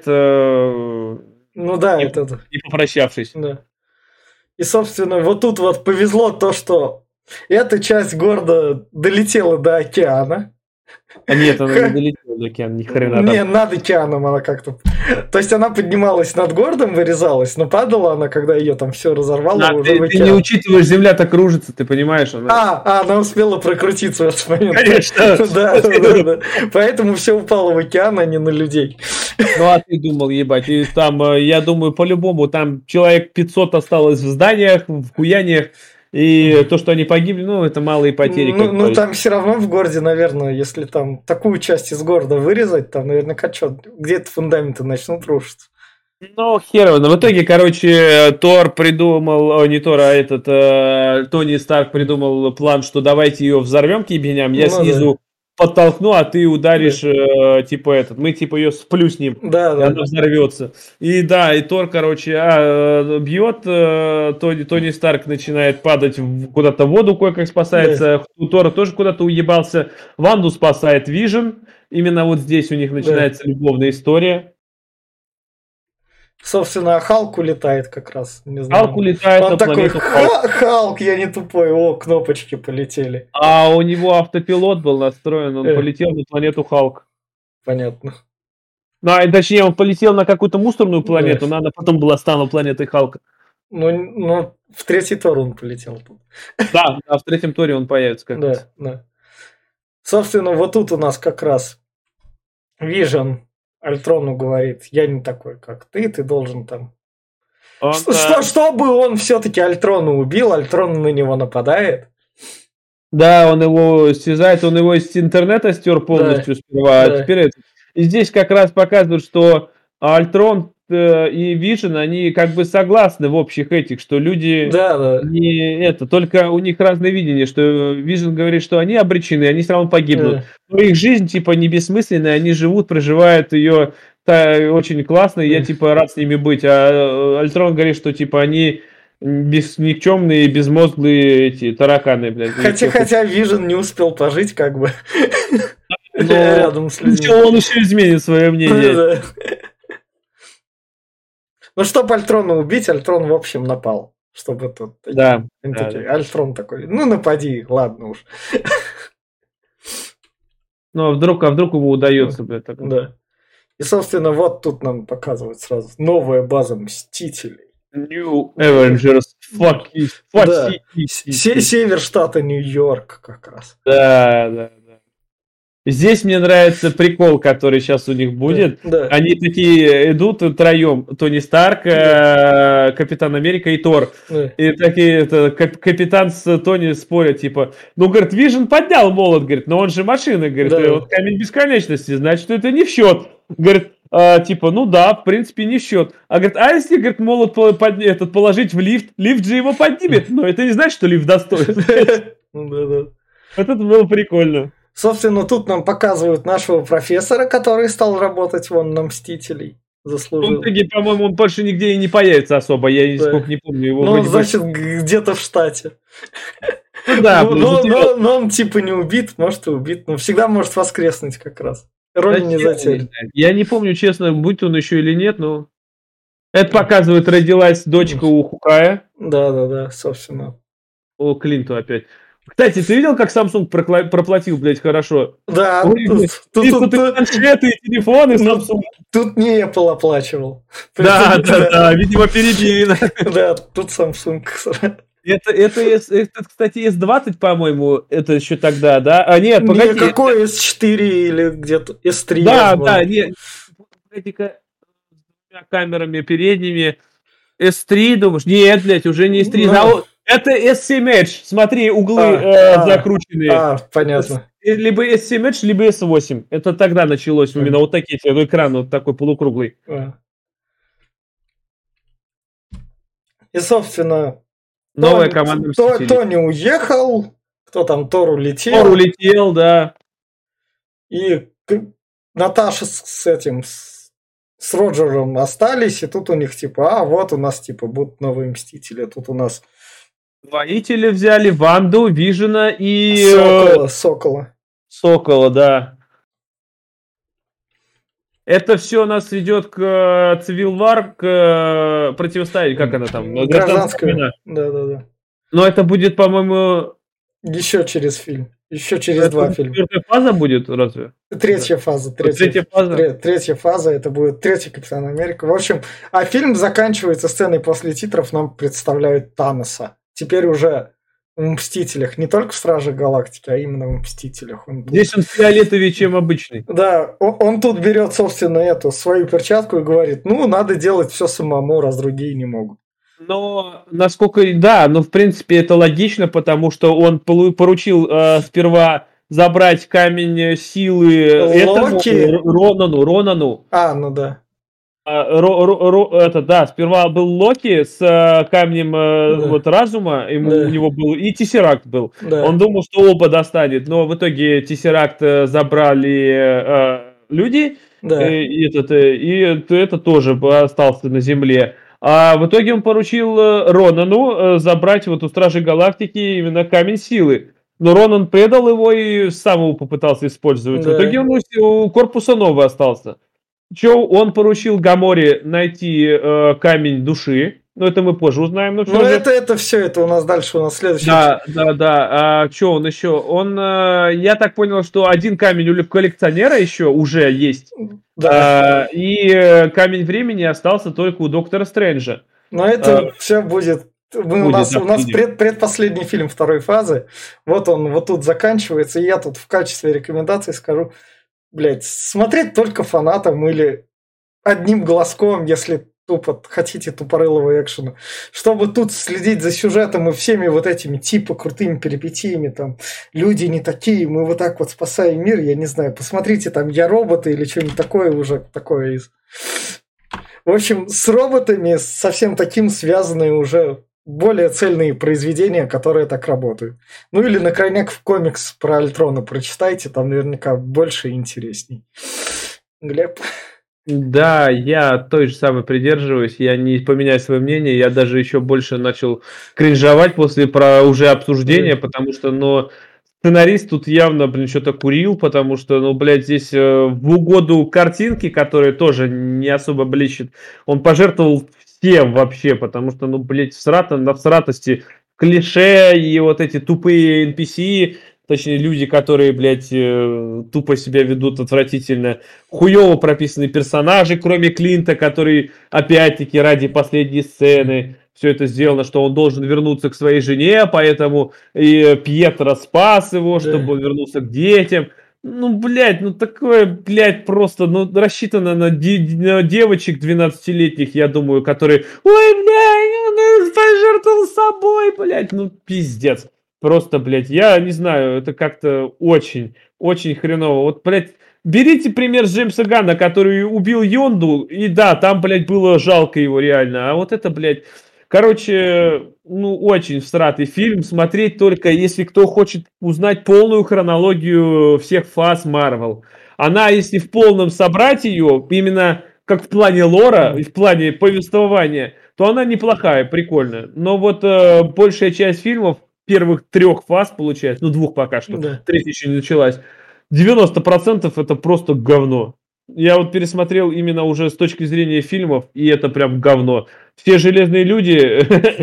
не попрощавшись. Да. И, собственно, вот тут вот повезло то, что эта часть города долетела до океана. А нет, она не долетела до океана, ни хрена. Не, над океаном она как-то... То есть она поднималась над городом, вырезалась, но падала она, когда ее там все разорвало уже в океан. Ты не учитываешь, земля-то кружится, ты понимаешь? Она успела прокрутиться в этот момент. Конечно. Да. Поэтому все упало в океан, а не на людей. Ну, а ты думал, ебать, и там, я думаю, по-любому, там человек 500 осталось в зданиях, в хуяниях, и то, что они погибли, ну, это малые потери. Ну, там все равно в городе, наверное, если там такую часть из города вырезать, там наверняка где-то фундаменты начнут рушиться. Ну, херово. Но в итоге, короче, Тор придумал, не Тор, а Тони Старк придумал план, что давайте ее взорвем к ебеням, я снизу подтолкну, а ты ударишь, мы ее сплюснем, и она взорвется. И Тор, короче, бьет, Тони Старк начинает падать куда-то в воду, кое-как спасается, у Тора тоже куда-то уебался, Ванду спасает Вижн, именно вот здесь у них начинается любовная история. Собственно, Халк улетает как раз. Не знаю. Халк улетает на планету Халк, я не тупой, кнопочки полетели. А у него автопилот был настроен, он полетел на планету Халк. Понятно. Точнее, он полетел на какую-то мусорную планету, но она потом стала планетой Халка. Ну, в третий Тор он полетел. Да, в третьем Торе он появится как раз. Да. Собственно, вот тут у нас как раз Вижн Альтрону говорит, я не такой, как ты должен там... Чтобы он все-таки Альтрона убил, Альтрон на него нападает. Да, он его стязает, он его из интернета стер полностью сперва, а теперь это... И здесь как раз показывают, что Альтрон и Вижн, они как бы согласны в общих этих, что люди только у них разное видение, что Вижн говорит, что они обречены, они все равно погибнут. Но их жизнь не бессмысленная, они живут, проживают ее очень классно, и я рад с ними быть. А Альтрон говорит, что они никчемные, безмозглые эти тараканы, блядь. Хотя Вижн не успел пожить, как бы. Рядом с людьми. Он еще изменит свое мнение. Ну, чтобы Альтрона убить, Альтрон, в общем, напал. Чтобы тут... Альтрон такой, напади, ладно уж. Ну, а вдруг ему удается, блядь, так. Да. И, собственно, вот тут нам показывают сразу новая база Мстителей. New Avengers. Север штата Нью-Йорк как раз. Да. Здесь мне нравится прикол, который сейчас у них будет. Да. Они такие идут втроем. Тони Старк, Капитан Америка и Тор. Да. И такие капитан с Тони спорят, говорит, Вижн поднял молот, говорит, но он же машина, говорит, вот камень бесконечности, значит, это не в счет. Говорит, в принципе, не в счет. А говорит, а если, говорит, молот положить в лифт же его поднимет, но это не значит, что лифт достоин. Да. Вот это было прикольно. Собственно, тут нам показывают нашего профессора, который стал работать на Мстителей. Заслужил. В итоге, по-моему, он больше нигде и не появится особо. Я нисколько не помню его. Значит, где-то в штате. Да, но он не убит, может и убит. Но всегда может воскреснуть как раз. Роль не затеряна. Я не помню, честно, будь он еще или нет, но... Это показывает, родилась дочка у Хукая. Да, собственно. О, Клинту опять. Кстати, ты видел, как Samsung проплатил, блядь, хорошо? Да. Тут планшеты и телефоны Samsung. Тут не Apple оплачивал. Да, видимо, перебили. Да, тут Samsung. Это, кстати, S20, по-моему, это еще тогда, да? А нет, погоди. Не, какой S4 или где-то S3, Да, возможно. да, нет. Погоди-ка, с двумя камерами передними. S3, думаешь? Нет, блядь, уже не S3. Ну. Это S7 Edge. Смотри, углы закрученные. Понятно. Либо S7 Edge, либо S8. Это тогда началось именно вот такие, экран вот такой полукруглый. И, собственно, новая команда Мстителей. Тони уехал, кто там, Тор улетел. Тор улетел, да. И Наташа с Роджером остались, и тут у них типа, вот у нас типа будут новые Мстители, тут у нас Воители взяли, Ванду, Вижена и... Сокола, да. Это все нас ведет к Civil War, к противостоянию, как она там? Гражданская. Да. Но это будет, по-моему... Еще через фильм. Еще через 2 фильма. Четвертая фаза будет, разве? Третья фаза. Третья фаза, это будет третий Капитан Америка. В общем, а фильм заканчивается сценой после титров, нам представляют Таноса. Теперь уже в Мстителях, не только в Страже Галактики, а именно в Мстителях. Здесь он фиолетовее, чем обычный. Да, он тут берет, собственно, свою перчатку и говорит, надо делать все самому, раз другие не могут. Но, в принципе, это логично, потому что он поручил сперва забрать камень силы Ронану. Да. Сперва был Локи с камнем разума, у него был, и Тессеракт был. Да. Он думал, что оба достанет, но в итоге Тессеракт забрали люди, и это тоже остался на земле. А в итоге он поручил Ронану забрать у Стражей Галактики именно камень силы. Но Ронан предал его и сам его попытался использовать. Да. В итоге он у корпуса новый остался. Он поручил Гаморе найти камень души. Это мы позже узнаем. Это все, это у нас дальше, у нас следующий. Да. А что он еще? Я так понял, что один камень у коллекционера еще уже есть. Да. И камень времени остался только у Доктора Стрэнджа. Но это все будет. У нас предпоследний фильм второй фазы. Вот он вот тут заканчивается. И я тут в качестве рекомендации скажу. Блять, смотреть только фанатам или одним глазком, если тупо хотите тупорылого экшена, чтобы тут следить за сюжетом и всеми вот этими типа крутыми перипетиями, там, люди не такие, мы вот так вот спасаем мир, я не знаю, посмотрите, там, Я роботы или что-нибудь такое уже, такое из... В общем, с роботами совсем таким связаны уже более цельные произведения, которые так работают. Или на крайняк в комикс про Альтрона прочитайте, там наверняка больше и интересней. Глеб? Да, я той же самой придерживаюсь, я не поменяю свое мнение, я даже еще больше начал кринжовать после уже обсуждения, потому что, сценарист тут явно, что-то курил, потому что, здесь в угоду картинки, которая тоже не особо блещет, он пожертвовал всем вообще, потому что, на всратости клише и вот эти тупые NPC, точнее, люди, которые, тупо себя ведут отвратительно. Хуёво прописанные персонажи, кроме Клинта, который, опять-таки, ради последней сцены все это сделано, что он должен вернуться к своей жене, поэтому и Пьетро спас его, чтобы он вернулся к детям. Такое, просто, рассчитано на девочек 12-летних, я думаю, которые, он пожертвовал собой, пиздец. Просто, я не знаю, это как-то очень, очень хреново. Вот, берите пример с Джеймса Ганна, который убил Йонду, и да, там, было жалко его реально, а вот это, короче, очень всратый фильм. Смотреть только, если кто хочет узнать полную хронологию всех фаз Марвел. Она, если в полном собрать ее, именно как в плане лора и в плане повествования, то она неплохая, прикольная. Но большая часть фильмов первых 3 фаз, получается, 2 пока что, 3 еще не началась, 90% это просто говно. Я пересмотрел именно уже с точки зрения фильмов, и это прям говно. Все железные люди,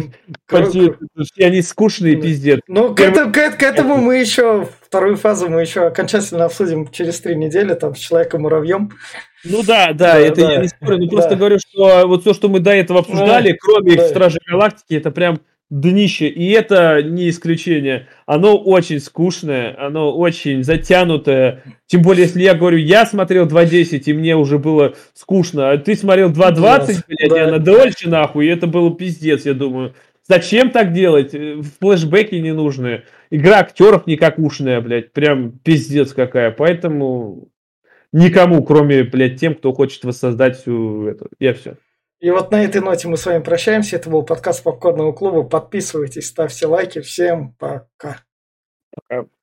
они скучные, пиздец. К этому мы еще, вторую фазу мы еще окончательно обсудим через 3 недели, там, с Человеком-муравьем. Да, это я не спорю, просто говорю, что вот все, что мы до этого обсуждали, кроме Стражей Галактики, это прям днище. И это не исключение. Оно очень скучное, оно очень затянутое. Тем более, если я говорю, я смотрел 2.10, и мне уже было скучно, а ты смотрел 2.20, блядь, и она дольше, нахуй, и это было пиздец, я думаю. Зачем так делать? Флешбеки ненужные. Игра актеров никакушная, блядь. Прям пиздец какая. Поэтому никому, кроме, блядь, тем, кто хочет воссоздать всю эту. Я все. И вот на этой ноте мы с вами прощаемся. Это был подкаст Попкорного клуба. Подписывайтесь, ставьте лайки. Всем пока. Пока.